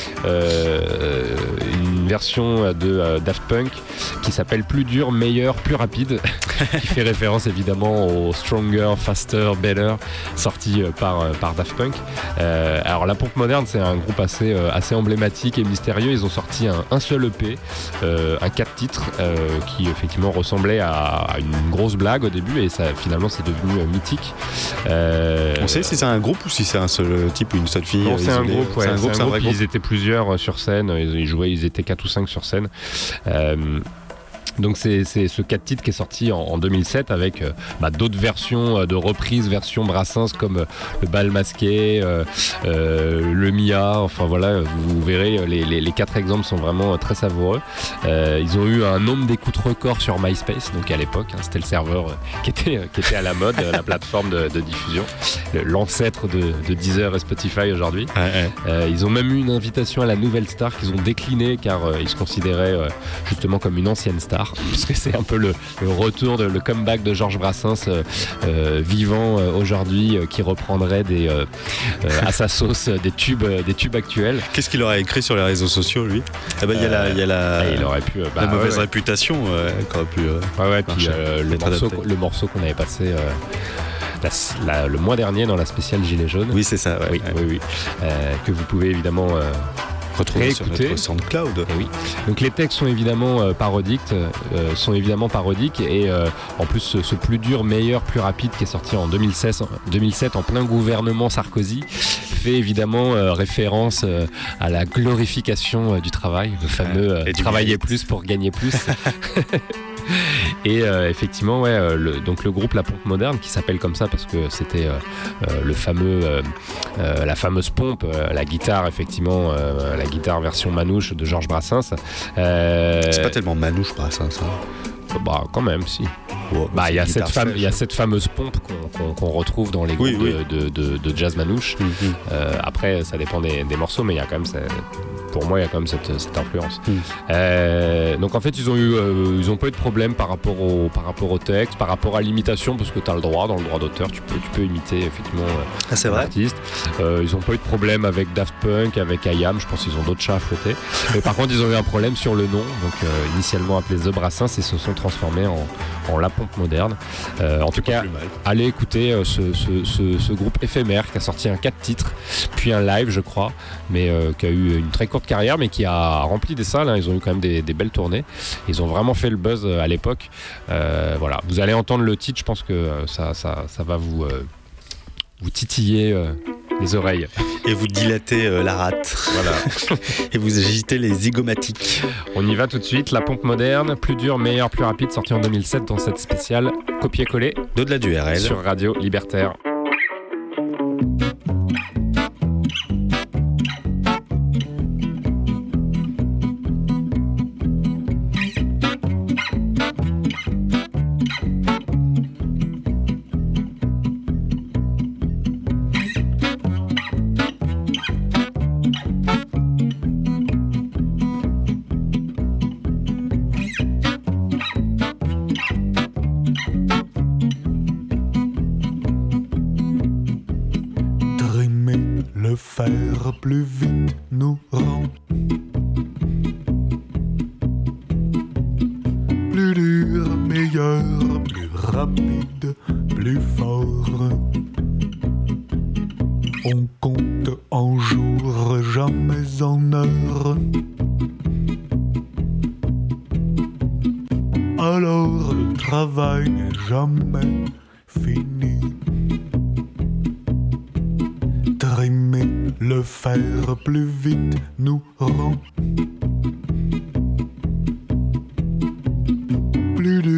euh, une version de euh, Daft Punk qui s'appelle Plus dur, meilleur, plus rapide, qui fait référence évidemment au Stronger, Faster, Better, sorti euh, par, euh, par Daft Punk. Euh, alors la pompe moderne, c'est un groupe assez, euh, assez emblématique et mystérieux. Ils ont sorti un, un seul E P, euh, un quatre titres, euh, qui effectivement ressemblait à, à une grosse blague au début, et ça finalement c'est devenu euh, mythique. Euh, On sait si c'est un groupe ou si c'est un seul type ou une seule fille? Non, c'est un isolée. groupe, ouais. C'est un groupe, c'est c'est un un groupe. vrai groupe. Ils étaient plusieurs sur scène. Ils, ils jouaient, ils étaient quatre ou cinq sur scène. Euh, Donc c'est, c'est ce quatre titres qui est sorti en, en deux mille sept avec euh, bah, d'autres versions euh, de reprises, version Brassens comme euh, le Bal masqué, euh, euh, le Mia, enfin voilà, vous, vous verrez, les, les, les quatre exemples sont vraiment euh, très savoureux. Euh, ils ont eu un nombre d'écoutes record sur MySpace, donc à l'époque, hein, c'était le serveur euh, qui, était, euh, qui était à la mode, euh, la plateforme de, de diffusion, le, l'ancêtre de, de Deezer et Spotify aujourd'hui. Ouais, ouais. Euh, ils ont même eu une invitation à la Nouvelle Star qu'ils ont déclinée car euh, ils se considéraient euh, justement comme une ancienne star. Parce que c'est un peu le, le retour, de, le comeback de Georges Brassens euh, euh, vivant euh, aujourd'hui, euh, qui reprendrait des, euh, euh, à sa sauce des tubes, euh, des tubes actuels. Qu'est-ce qu'il aurait écrit sur les réseaux sociaux, lui? Eh ben, il y a la, il y a la, ah, il aurait pu, euh, bah, la mauvaise ouais, ouais. réputation euh, qui aurait pu. Euh, ouais, ouais, puis euh, le, morceau, adapté. le morceau qu'on avait passé euh, la, la, le mois dernier dans la spéciale Gilets jaunes. Oui, c'est ça. Ouais, oui, ouais. oui, oui. Euh, que vous pouvez évidemment. Euh, retrouver sur réécouter. notre SoundCloud. Et oui. Donc les textes sont évidemment euh, parodiques, euh, sont évidemment parodiques et euh, en plus ce, ce plus dur, meilleur, plus rapide qui est sorti en deux mille seize, deux mille sept en plein gouvernement Sarkozy fait évidemment euh, référence euh, à la glorification euh, du travail, le fameux euh, travailler plus pour gagner plus. Et euh, effectivement, ouais, euh, le, donc le groupe La Pompe Moderne, qui s'appelle comme ça parce que c'était euh, euh, le fameux, euh, euh, la fameuse pompe, euh, la guitare, effectivement, euh, la guitare version manouche de Georges Brassens. Euh, C'est pas tellement manouche Brassens, ça. Bah, quand même, si. Oh, bah, il y a une cette guitare fame, sèche. il y a cette fameuse pompe qu'on, qu'on, qu'on retrouve dans les groupes Oui, oui. De, de, de, de jazz manouche. Mm-hmm. Euh, après, ça dépend des, des morceaux, mais il y a quand même, cette, pour moi, il y a quand même cette, cette influence. Mm. Euh, donc en fait, ils ont eu, euh, ils ont pas eu de problème par rapport au, par rapport au texte, par rapport à l'imitation, parce que tu as le droit, dans le droit d'auteur, tu peux, tu peux imiter effectivement euh, Ah, c'est vrai. l'artiste. Euh, ils ont pas eu de problème avec Daft Punk, avec I A M. Je pense qu'ils ont d'autres chats à fouetter. Mais par contre, ils ont eu un problème sur le nom. Donc euh, initialement appelé The Brassens, et se sont transformés en, en La Pompe Moderne. Euh, en tout cas, allez écouter euh, ce, ce, ce, ce groupe éphémère qui a sorti un quatre titres, puis un live, je crois, mais euh, qui a eu une très courte carrière, mais qui a rempli des salles. Hein. Ils ont eu quand même des, des belles tournées. Ils ont vraiment fait le buzz euh, à l'époque. Euh, voilà, vous allez entendre le titre. Je pense que euh, ça, ça, ça va vous, euh, vous titiller euh, les oreilles. Et vous dilatez euh, la rate. Voilà. Et vous agitez les zygomatiques. On y va tout de suite. La Pompe Moderne, plus dur, meilleur, plus rapide, sorti en deux mille sept dans cette spéciale copier-coller d'au-delà du R L sur Radio Libertaire. Faire plus vite nous rend plus dur, meilleur, plus rapide, plus fort. On compte en jours, jamais en heures. Alors le travail n'est jamais fini. Trimer, le faire plus vite nous rend plus dur.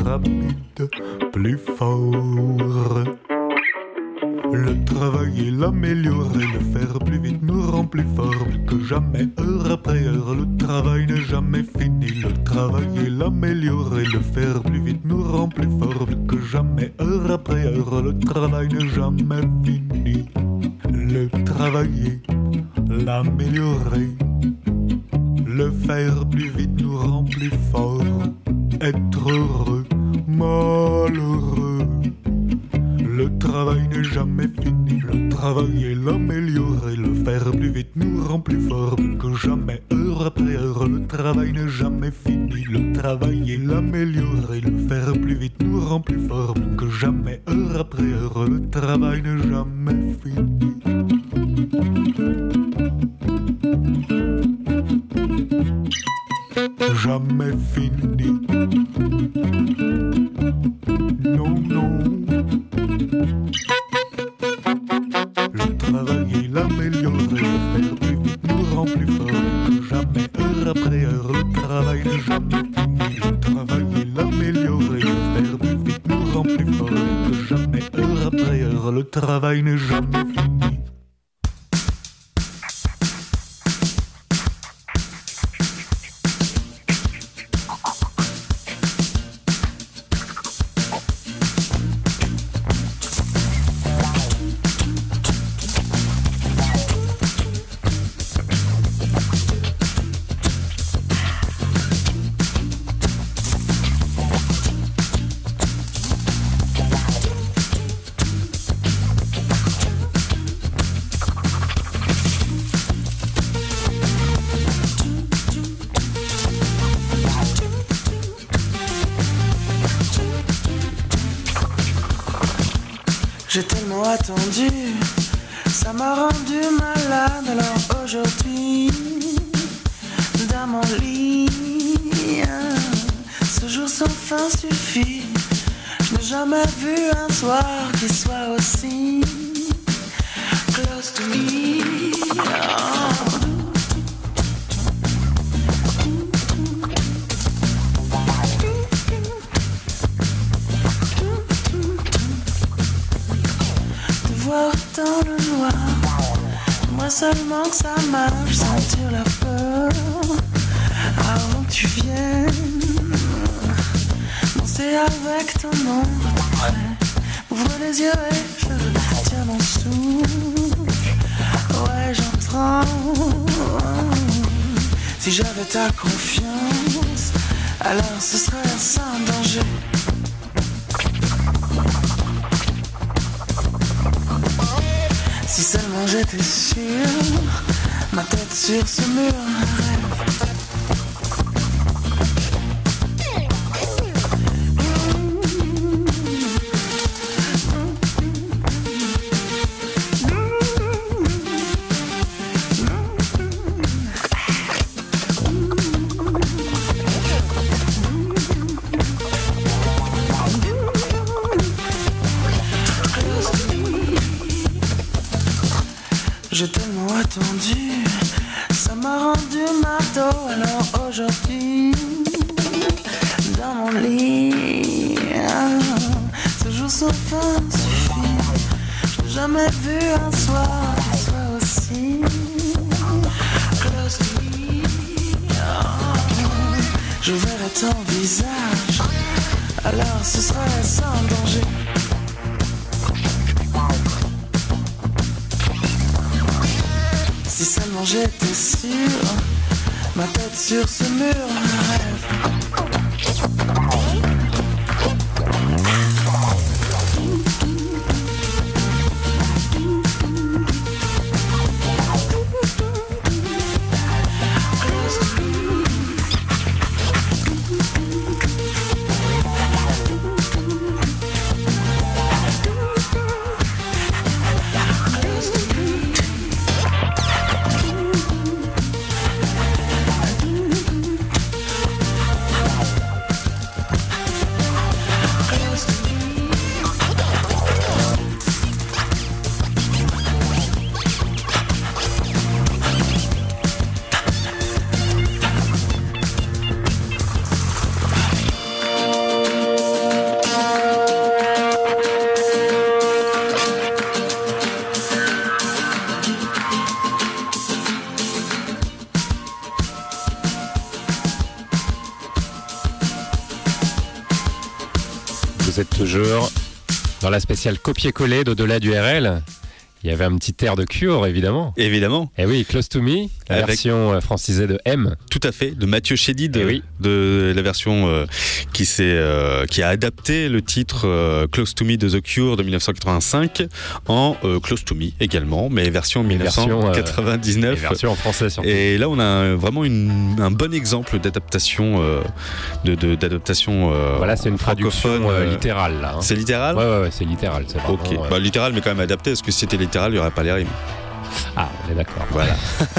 rapide, plus fort. Le travailler, l'améliorer, le faire plus vite nous rend plus fort. Plus que jamais, heure après heure, le travail n'est jamais fini. Le travailler, l'améliorer, le faire plus vite nous rend plus fort. Plus que jamais, heure après heure, le travail n'est jamais fini. Le travailler, l'améliorer, le faire plus vite nous rend plus fort. Être heureux, malheureux, le travail n'est jamais fini. Le travailler, l'améliorer, le faire plus vite nous rend plus fort. Plus que jamais, heure après heure, le travail n'est jamais fini. Le travailler, l'améliorer, le faire plus vite nous rend plus fort. Plus que jamais, heure après heure, le travail n'est jamais fini. Jamais fini. Non, non. Le travailler, l'améliorer, le faire plus vite nous rend plus fort. Que jamais, heure après heure, le travail n'est jamais fini. Le travailler, l'améliorer, le faire plus vite nous rend plus fort. Que jamais, heure après heure, le travail n'est jamais fini. J'ai tellement attendu, ça m'a rendu malade. Alors aujourd'hui, dans mon lit, ce jour sans fin suffit. Je n'ai jamais vu un soir qui soit aussi close to me. Voir dans le noir, moi seulement que ça marche, sentir la peur avant que tu viennes danser avec ton ombre tout près. Ouvre les yeux et je tiens mon souffle. Ouais, j'entends. Si j'avais ta confiance, alors ce serait un sans danger. Si seulement j'étais sûr, ma tête sur ce mur, un rêve. J'ai tellement attendu, ça m'a rendu marteau. Alors aujourd'hui, dans mon lit, ce jour sans fin suffit. Je n'ai jamais vu un soir qui soit aussi close to me. Je verrai ton visage, alors ce serait sans danger. Si seulement j'étais sûr, ma tête sur ce mur, un rêve. Vous êtes toujours dans la spéciale copier-coller d'Au-delà du R L. Il y avait un petit air de Cure, évidemment. Évidemment. Et oui, Close to Me, la Avec... version francisée de M. Tout à fait, de Mathieu Chédid, de, oui. de la version euh, qui, s'est, euh, qui a adapté le titre euh, Close to Me de The Cure de dix-neuf cent quatre-vingt-cinq en euh, Close to Me également, mais version dix-neuf cent quatre-vingt-dix-neuf. Euh, version en français surtout. Et là, on a un, vraiment une, un bon exemple d'adaptation. Euh, de, de, d'adaptation euh, voilà, c'est une traduction euh, littérale. Là, hein. C'est littéral ? Ouais, ouais, ouais, c'est littéral. C'est vraiment, ok, euh... bah, littéral, mais quand même adapté, parce que si c'était littéral, il n'y aurait pas les rimes. Ah, on est d'accord. Voilà.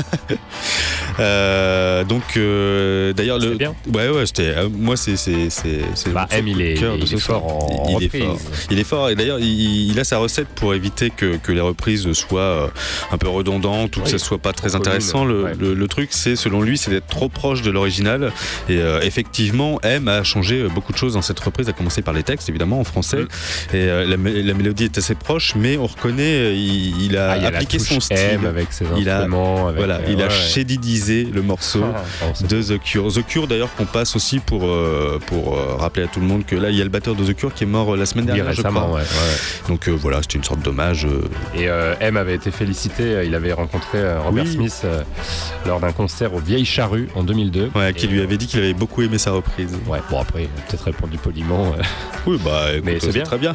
euh, donc, euh, d'ailleurs, c'est le. bien. Ouais, ouais, c'était. Euh, moi, c'est. c'est, c'est, c'est bah, M, il est, il de est fort en il, il reprise. Est fort. Il est fort. Et d'ailleurs, il, il a sa recette pour éviter que, que les reprises soient euh, un peu redondantes ou oui, que ça soit pas très intéressant. Le, ouais. le, le truc, c'est, selon lui, c'est d'être trop proche de l'original. Et euh, effectivement, M a changé beaucoup de choses dans cette reprise, à commencer par les textes, évidemment, en français. Mm. Et euh, la, la mélodie est assez proche, mais on reconnaît, il, il a, ah, il a appliqué son style. M avec ses il a, avec, voilà, euh, il ouais, a ouais. chédidisé le morceau ah, de The Cure. The Cure, d'ailleurs, qu'on passe aussi pour, euh, pour euh, rappeler à tout le monde que là, il y a le batteur de The Cure qui est mort euh, la semaine dernière, oui, récemment, je crois. Ouais, ouais. Donc euh, voilà, c'était une sorte d'hommage. Euh... Et euh, M avait été félicité, il avait rencontré euh, Robert oui. Smith euh, lors d'un concert aux Vieilles Charrues en deux mille deux. Ouais, qui lui avait dit qu'il avait beaucoup aimé sa reprise. Ouais, bon après, peut-être répondu poliment. Euh... Oui, bah écoute, mais c'est, c'est bien. très bien.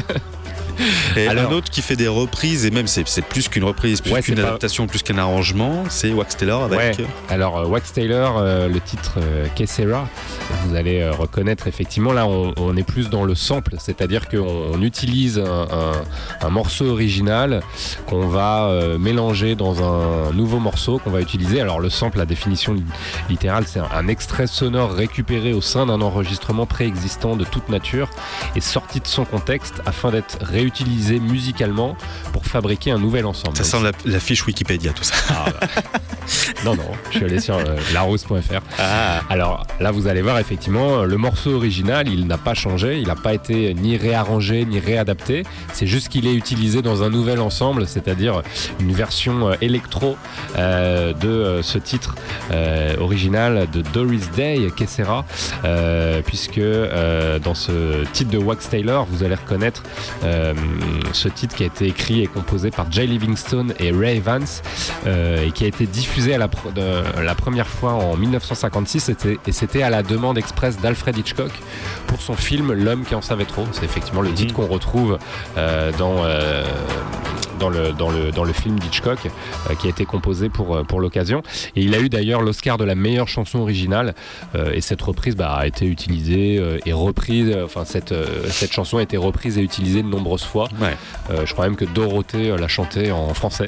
Et alors, un autre qui fait des reprises, et même c'est, c'est plus qu'une reprise, plus ouais, qu'une pas... adaptation, plus qu'un arrangement, c'est Wax Taylor avec. Ouais. Alors euh, Wax Taylor, euh, le titre euh, Que Sera, vous allez euh, reconnaître effectivement, là on, on est plus dans le sample, c'est-à-dire qu'on on utilise un, un, un morceau original qu'on va euh, mélanger dans un nouveau morceau qu'on va utiliser. Alors le sample, la définition littérale, c'est un, un extrait sonore récupéré au sein d'un enregistrement préexistant de toute nature et sorti de son contexte afin d'être réutilisé utilisé musicalement pour fabriquer un nouvel ensemble. Ça sent la, la fiche Wikipédia, tout ça. Ah, bah. Non, non, je suis allé sur euh, larousse point f r. Ah. Alors là, vous allez voir, effectivement, le morceau original, il n'a pas changé, il n'a pas été ni réarrangé, ni réadapté. C'est juste qu'il est utilisé dans un nouvel ensemble, c'est-à-dire une version euh, électro euh, de euh, ce titre euh, original de Doris Day, Que Sera, euh, puisque euh, dans ce titre de Wax Taylor, vous allez reconnaître euh, ce titre qui a été écrit et composé par Jay Livingstone et Ray Evans euh, et qui a été diffusé à la, pr- de, la première fois en dix-neuf cent cinquante-six et, et c'était à la demande express d'Alfred Hitchcock pour son film L'homme qui en savait trop. C'est effectivement le titre qu'on retrouve euh, dans, euh, dans, le, dans, le, dans le film d'Hitchcock euh, qui a été composé pour, pour l'occasion. Et il a eu d'ailleurs l'Oscar de la meilleure chanson originale euh, et cette reprise bah, a été utilisée euh, et reprise, euh, enfin cette, euh, cette chanson a été reprise et utilisée de nombreuses fois. Ouais. Euh, je crois même que Dorothée euh, l'a chantée en français.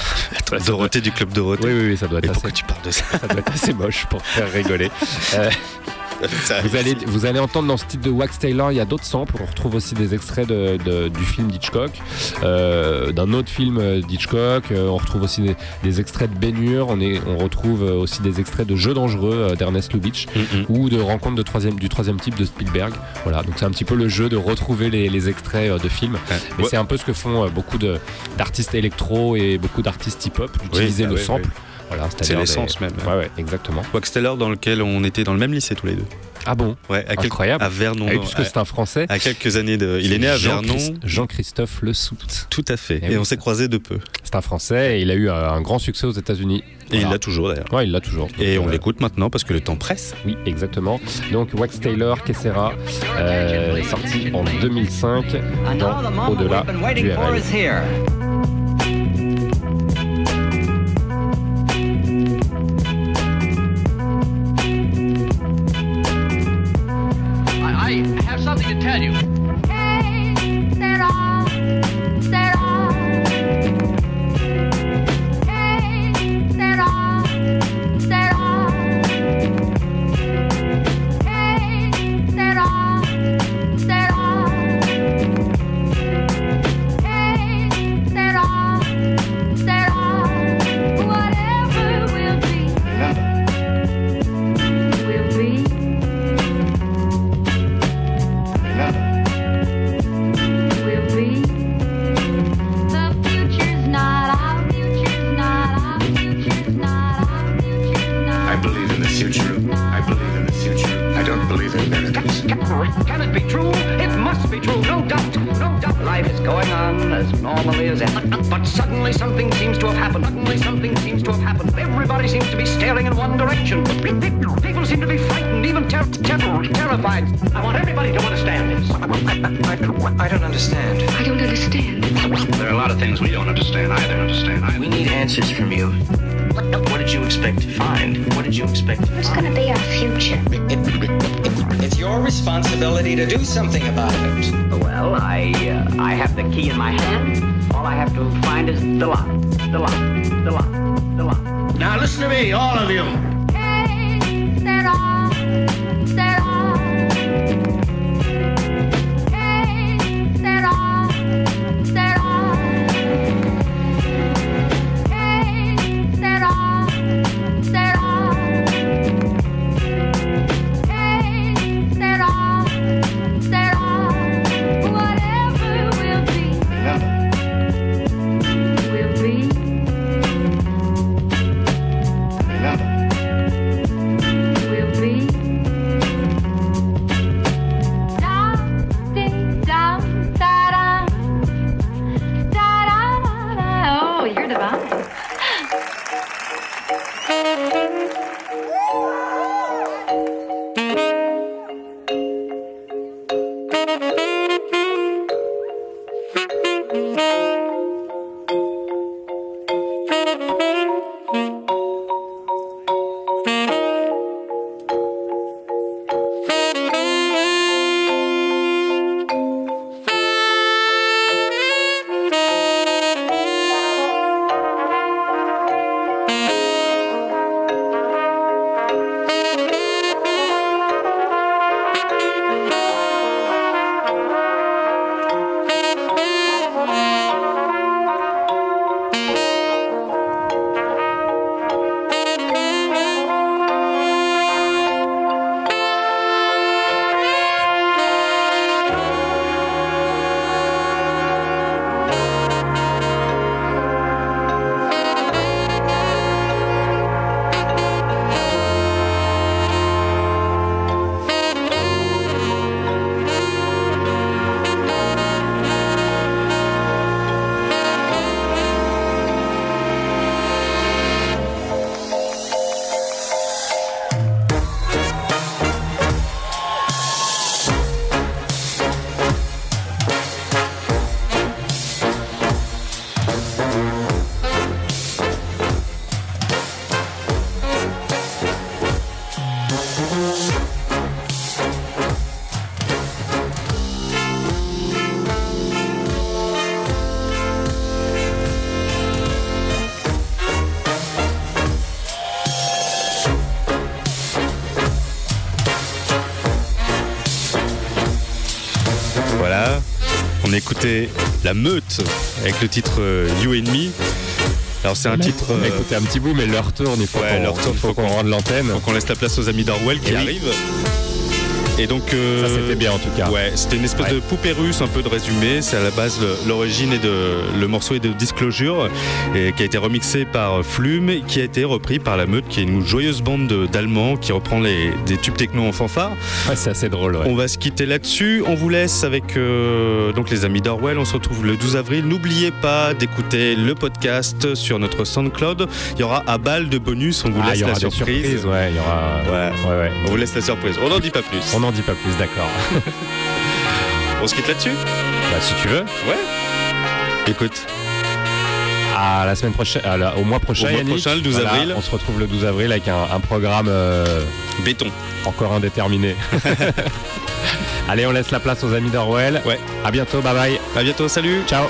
Dorothée du club Dorothée. Oui, oui, oui, ça doit être Mais assez... pourquoi tu parles de ça ? Ça doit être assez moche pour faire rigoler. Euh... Vous allez, vous allez entendre dans ce titre de Wax Taylor, il y a d'autres samples. On retrouve aussi des extraits de, de, du film d'Hitchcock, euh, d'un autre film d'Hitchcock. Euh, on retrouve aussi des, des extraits de Ben Hur. On, est, on retrouve aussi des extraits de Jeux dangereux d'Ernest Lubitsch mm-hmm. ou de Rencontres de troisième, du troisième type de Spielberg. Voilà, donc c'est un petit peu le jeu de retrouver les, les extraits de films. Ouais. Mais ouais. c'est un peu ce que font beaucoup de, d'artistes électro et beaucoup d'artistes hip-hop, d'utiliser oui, le oui, sample. Oui. Voilà, c'est l'essence des... même. Ouais, ouais, exactement. Wax Taylor, dans lequel on était dans le même lycée tous les deux. Ah bon ? Ouais, à incroyable. Quel... À Vernon. Ah oui, puisque c'est un Français. À quelques années de. Il est né à Jean Vernon. Christ... Jean-Christophe Le Sout. Tout à fait. Et, et oui, on s'est croisés de peu. C'est un Français et il a eu un grand succès aux États-Unis. Et voilà. Il l'a toujours d'ailleurs. Ouais, il l'a toujours. Donc, et on euh... l'écoute maintenant parce que le temps presse. Oui, exactement. Donc Wax Taylor, Que Sera, euh, sorti en deux mille cinq dans Au-delà du R L. I have something to tell you. Hey, Sarah, Sarah. Hey, Sarah, Sarah. Hey, Sarah, Sarah. Hey, Sarah, Sarah. Whatever will be, will be. I don't believe in miracles. Can it be true? It must be true, no doubt, no doubt. Life is going on as normally as ever. But suddenly something seems to have happened. Suddenly something seems to have happened. Everybody seems to be staring in one direction. People seem to be frightened, even ter- ter- terrified. I want everybody to understand this. I, I, I don't understand. I don't understand. There are a lot of things we don't understand either. Understand either. We need answers from you. What, what did you expect to find? What did you expect to What's going to be our future? It's your responsibility to do something about it. Well, I uh, I have the key in my hand. All I have to find is the lock. The lock. The lock. The lock. Now listen to me, all of you. Hey, Sarah, Sarah. Hey, Sarah, Sarah. Hey, Sarah, Sarah. Hey, Sarah, Sarah. Whatever will be, will be. Remember, Will be. Da, ding, dum, da, da. Da, da, da, da. Oh, you're divine. Voilà, on écoutait La Meute avec le titre euh, You and Me. Alors c'est un on a, titre. On a euh, écouté un petit bout, mais leur tourne, il faut ouais, qu'on, leur tourne, il faut qu'on qu'on rende l'antenne. Faut qu'on laisse la place aux amis d'Orwell qui Et oui. arrivent. Et donc, euh, ça c'était bien en tout cas. Ouais, c'était une espèce ouais. de poupée russe, un peu de résumé. C'est à la base le, l'origine et de le morceau est de Disclosure et qui a été remixé par Flume, qui a été repris par La Meute, qui est une joyeuse bande de, d'Allemands qui reprend les, des tubes techno en fanfare. Ouais, c'est assez drôle. Ouais. On va se quitter là-dessus. On vous laisse avec euh, donc les amis d'Orwell. On se retrouve le douze avril. N'oubliez pas d'écouter le podcast sur notre SoundCloud. Il y aura à balle de bonus. On vous ah, laisse y aura la des surprise. surprises, ouais, il y aura. Ouais. Ouais, ouais. On vous laisse la surprise. On n'en dit pas plus. On n'en dit pas plus, d'accord. On se quitte là-dessus ? Bah si tu veux. Ouais. Écoute. À la semaine prochaine, à la, au mois prochain, Au mois Yannick. prochain, le douze Voilà, avril. On se retrouve le douze avril avec un, un programme euh, béton, encore indéterminé. Allez, on laisse la place aux amis d'Orwell. Ouais. À bientôt, bye bye. À bientôt, salut. Ciao.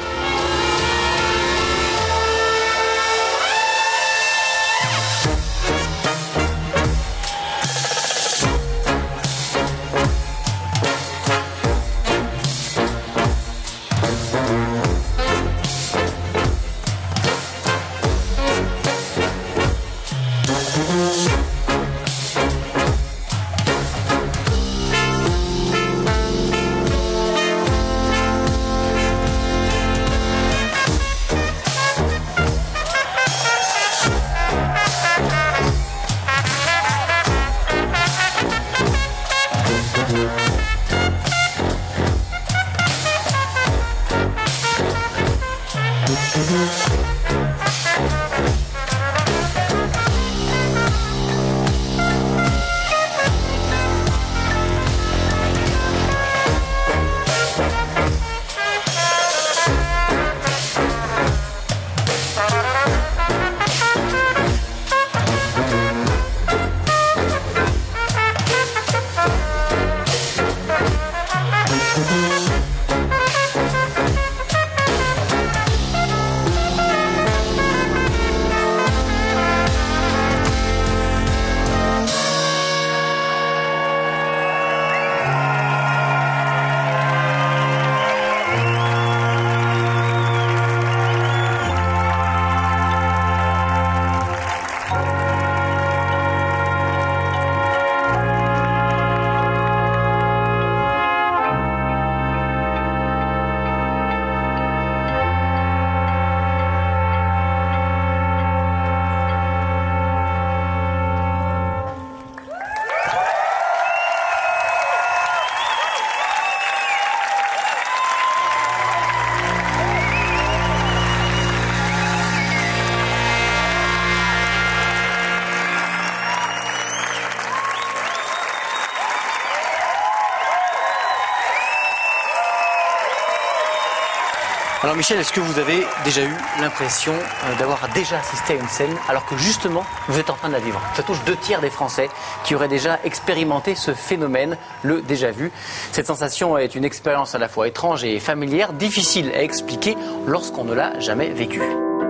Alors Michel, est-ce que vous avez déjà eu l'impression euh, d'avoir déjà assisté à une scène alors que justement vous êtes en train de la vivre? Ça touche deux tiers des Français qui auraient déjà expérimenté ce phénomène, le déjà-vu. Cette sensation est une expérience à la fois étrange et familière, difficile à expliquer lorsqu'on ne l'a jamais vécue.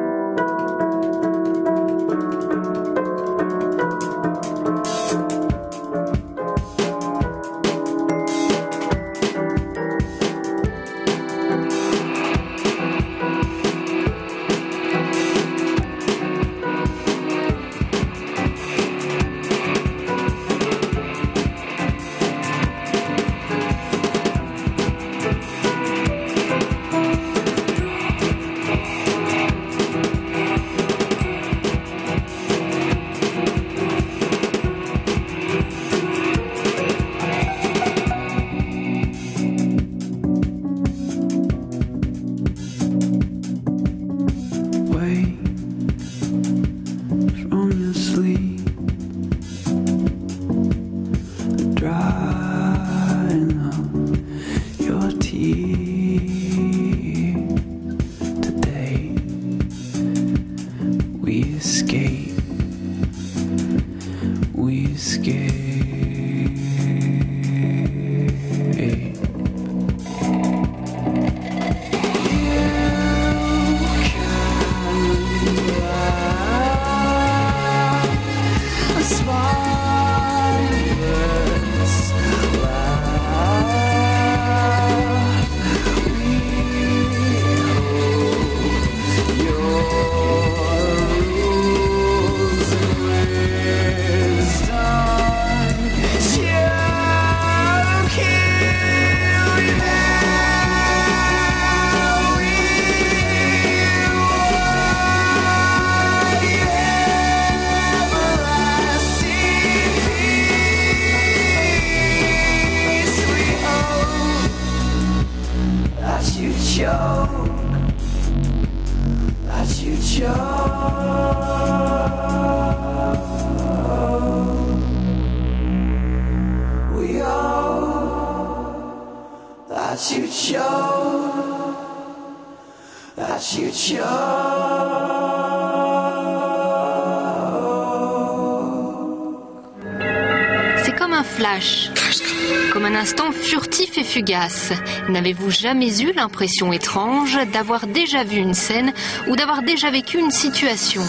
C'est comme un flash, comme un instant furtif et fugace. N'avez-vous jamais eu l'impression étrange d'avoir déjà vu une scène ou d'avoir déjà vécu une situation?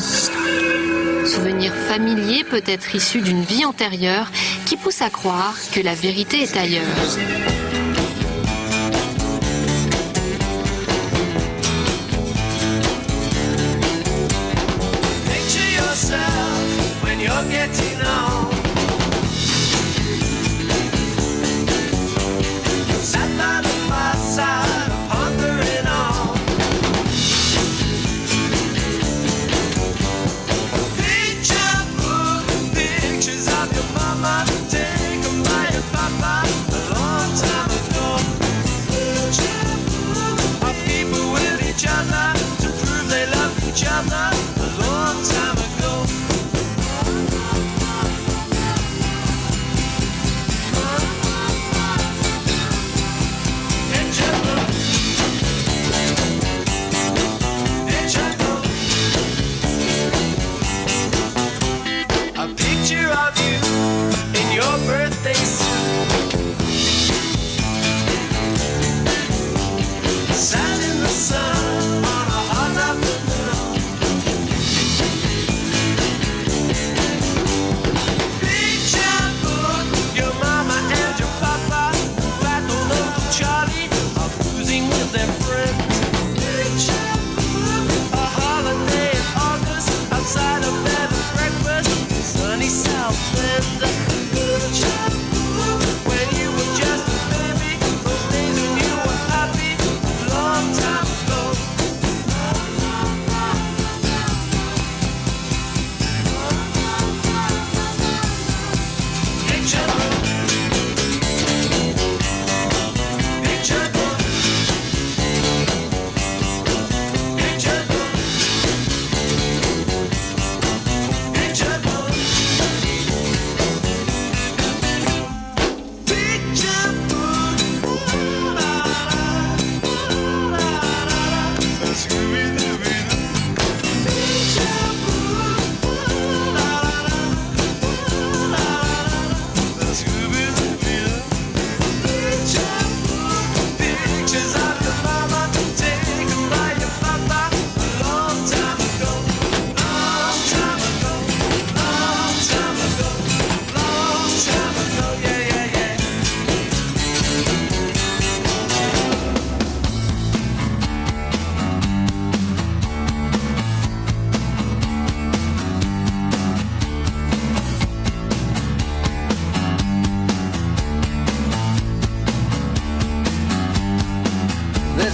Souvenir familier peut-être issu d'une vie antérieure qui pousse à croire que la vérité est ailleurs. You're getting on. Sat by the fireside, pondering on. Picture book, pictures of your mama, taken by your papa.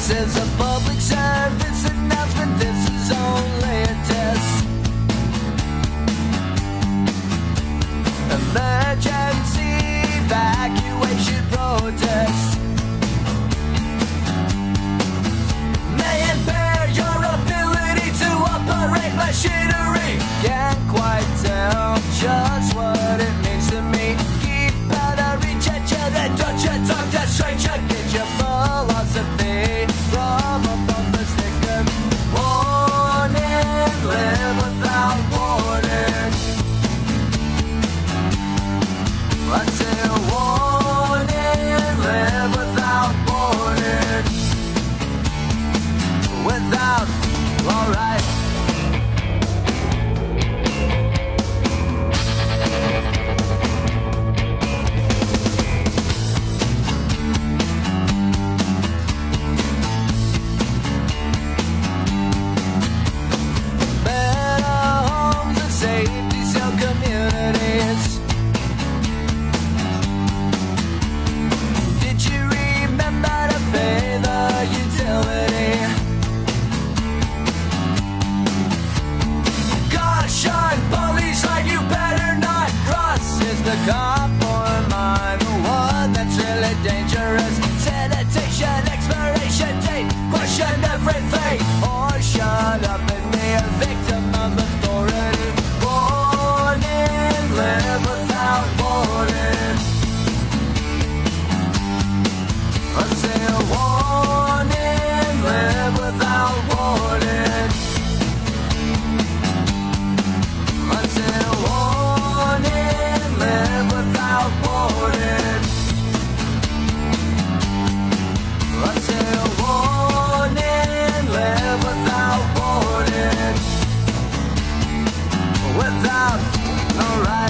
This is a public service announcement. This is only a test. Emergency evacuation protest may impair your ability to operate machinery. Can't quite tell just what it means to me. Keep out of reach at you, then don't you talk to stranger. Get your philosophy from a bumper sticker. Warning, live without warning. I say warning, live without warning. Without, alright. Better homes and safety cell communities. Did you remember to pay the utility? Caution, police line, you better not cross. Is the cop or am I the one that's really dangerous? Sanitation, expiration date, question everything, or shut up and be a victim of authority. Warning, live without warning. I say warning, live without warning. I say warning, live without warning. I say warning, live without warning. Without, alright.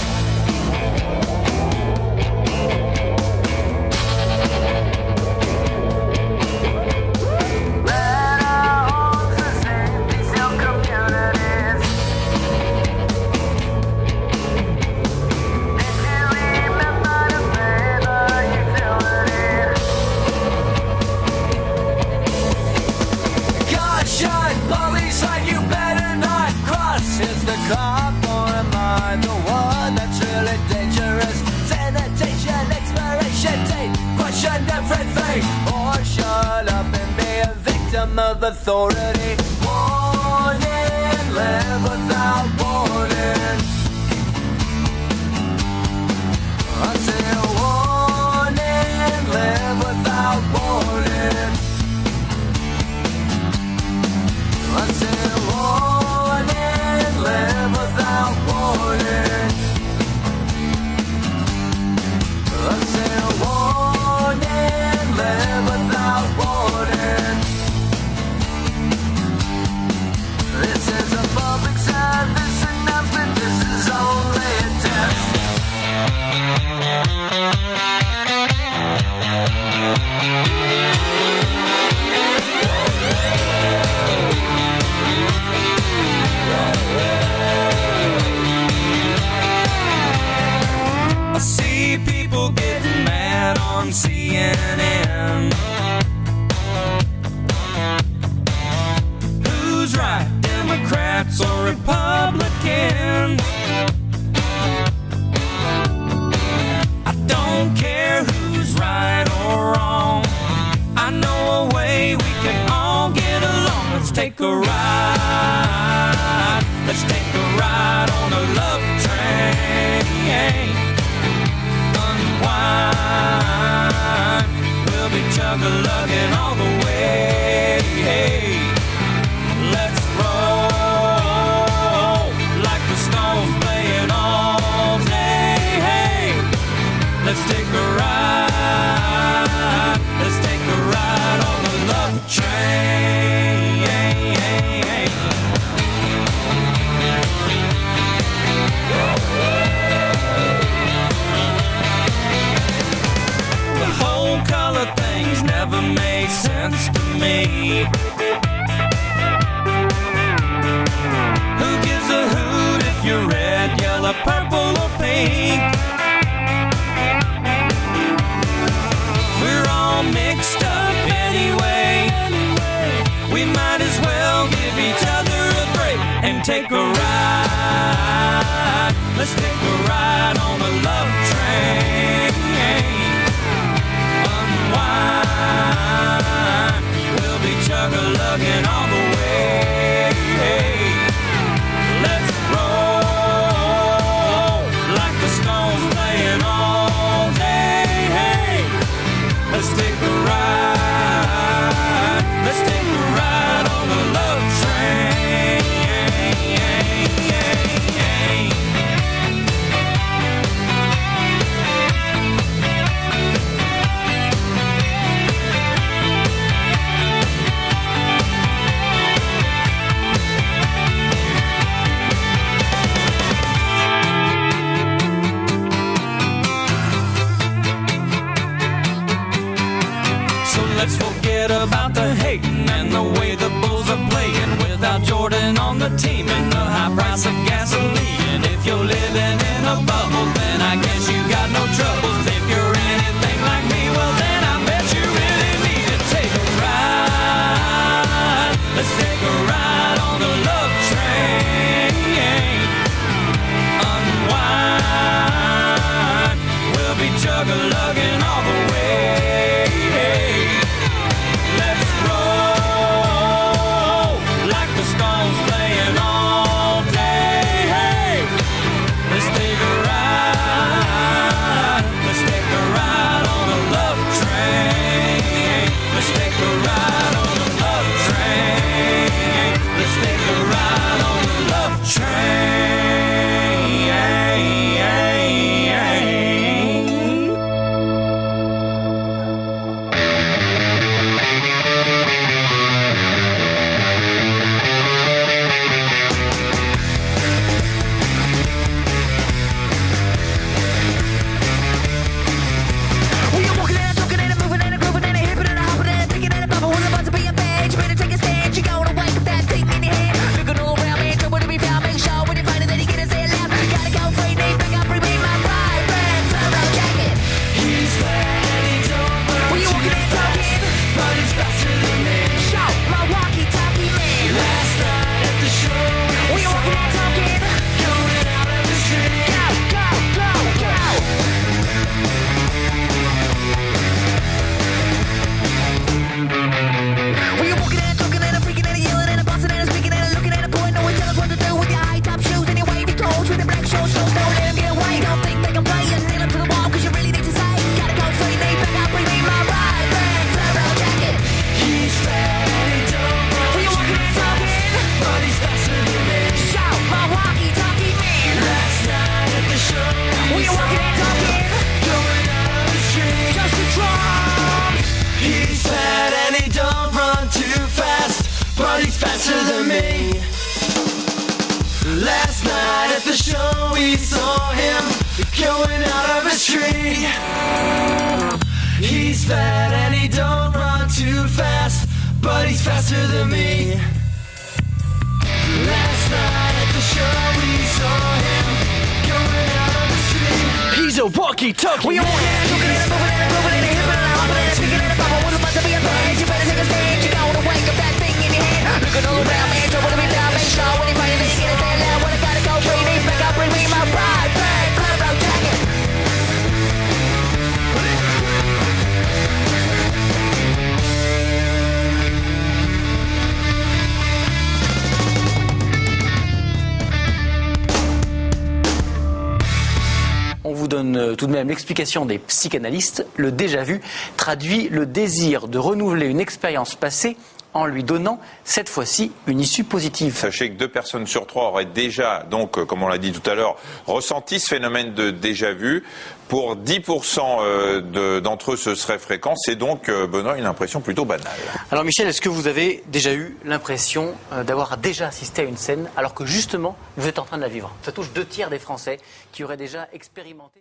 Police line, you better not cross. Is the cop or am I the one that's really dangerous? Sanitation, expiration date, question everything, or shut up and be a victim of authority. Warning, live without warning. I say warning, live without warning. I say warning, live without warning. I say warning, live without warning. This is a public service announcement. This is only a test. I see people getting mad on C N N. Who's right, Democrats or Republicans? I don't care who's right or wrong. I know a way we can all get along. Let's take a ride. Let's take a ride on a love train. Unwind. We'll be chug-a-lugging all the way. Let's roll like the Stones playing all day. Let's take a ride. Let's take a ride on the love train. The whole color thing's never made sense to me. Who gives a hoot if you're red, yellow, purple, or pink? We're all mixed up anyway. Let's forget about the hating and the way the Bulls are playing without Jordan on the team and the high price of gasoline. If you're living in a bubble, then I guess you got no troubles. If you're anything like me, well then I bet you really need to take a ride. Let's take a ride on the love train. Unwind. We'll be chug-a-lugging all the way. Let's roll like the Stones playing all day. Let's take a ride. Let's take a ride on the love train. Let's take a ride on the love train. Let's take a ride on the love train. Faster than me. Last night at the show we saw him going out of his tree. He's fat and he don't run too fast, but he's faster than me. Last night at the show we saw him going out of his tree. He's a walkie-talkie. We all want it, looking at it, moving at it, moving at it, hipping at it, hopping at it, speaking at it, papa, what's about to be a page? You better take a stage, you gotta wake up that thing in your hand. Looking all around me, trouble to be down, make sure when you find it, get it, say it loud. When I gotta go, bring me back up, bring me my pride, back, club out jacket. On vous donne tout de même l'explication des psychanalystes. Le déjà-vu traduit le désir de renouveler une expérience passée en lui donnant, cette fois-ci, une issue positive. Sachez que deux personnes sur trois auraient déjà, donc, comme on l'a dit tout à l'heure, ressenti ce phénomène de déjà-vu. Pour dix pour cent d'entre eux, ce serait fréquent. C'est donc, Benoît, une impression plutôt banale. Alors Michel, est-ce que vous avez déjà eu l'impression d'avoir déjà assisté à une scène, alors que justement, vous êtes en train de la vivre? Ça touche deux tiers des Français qui auraient déjà expérimenté.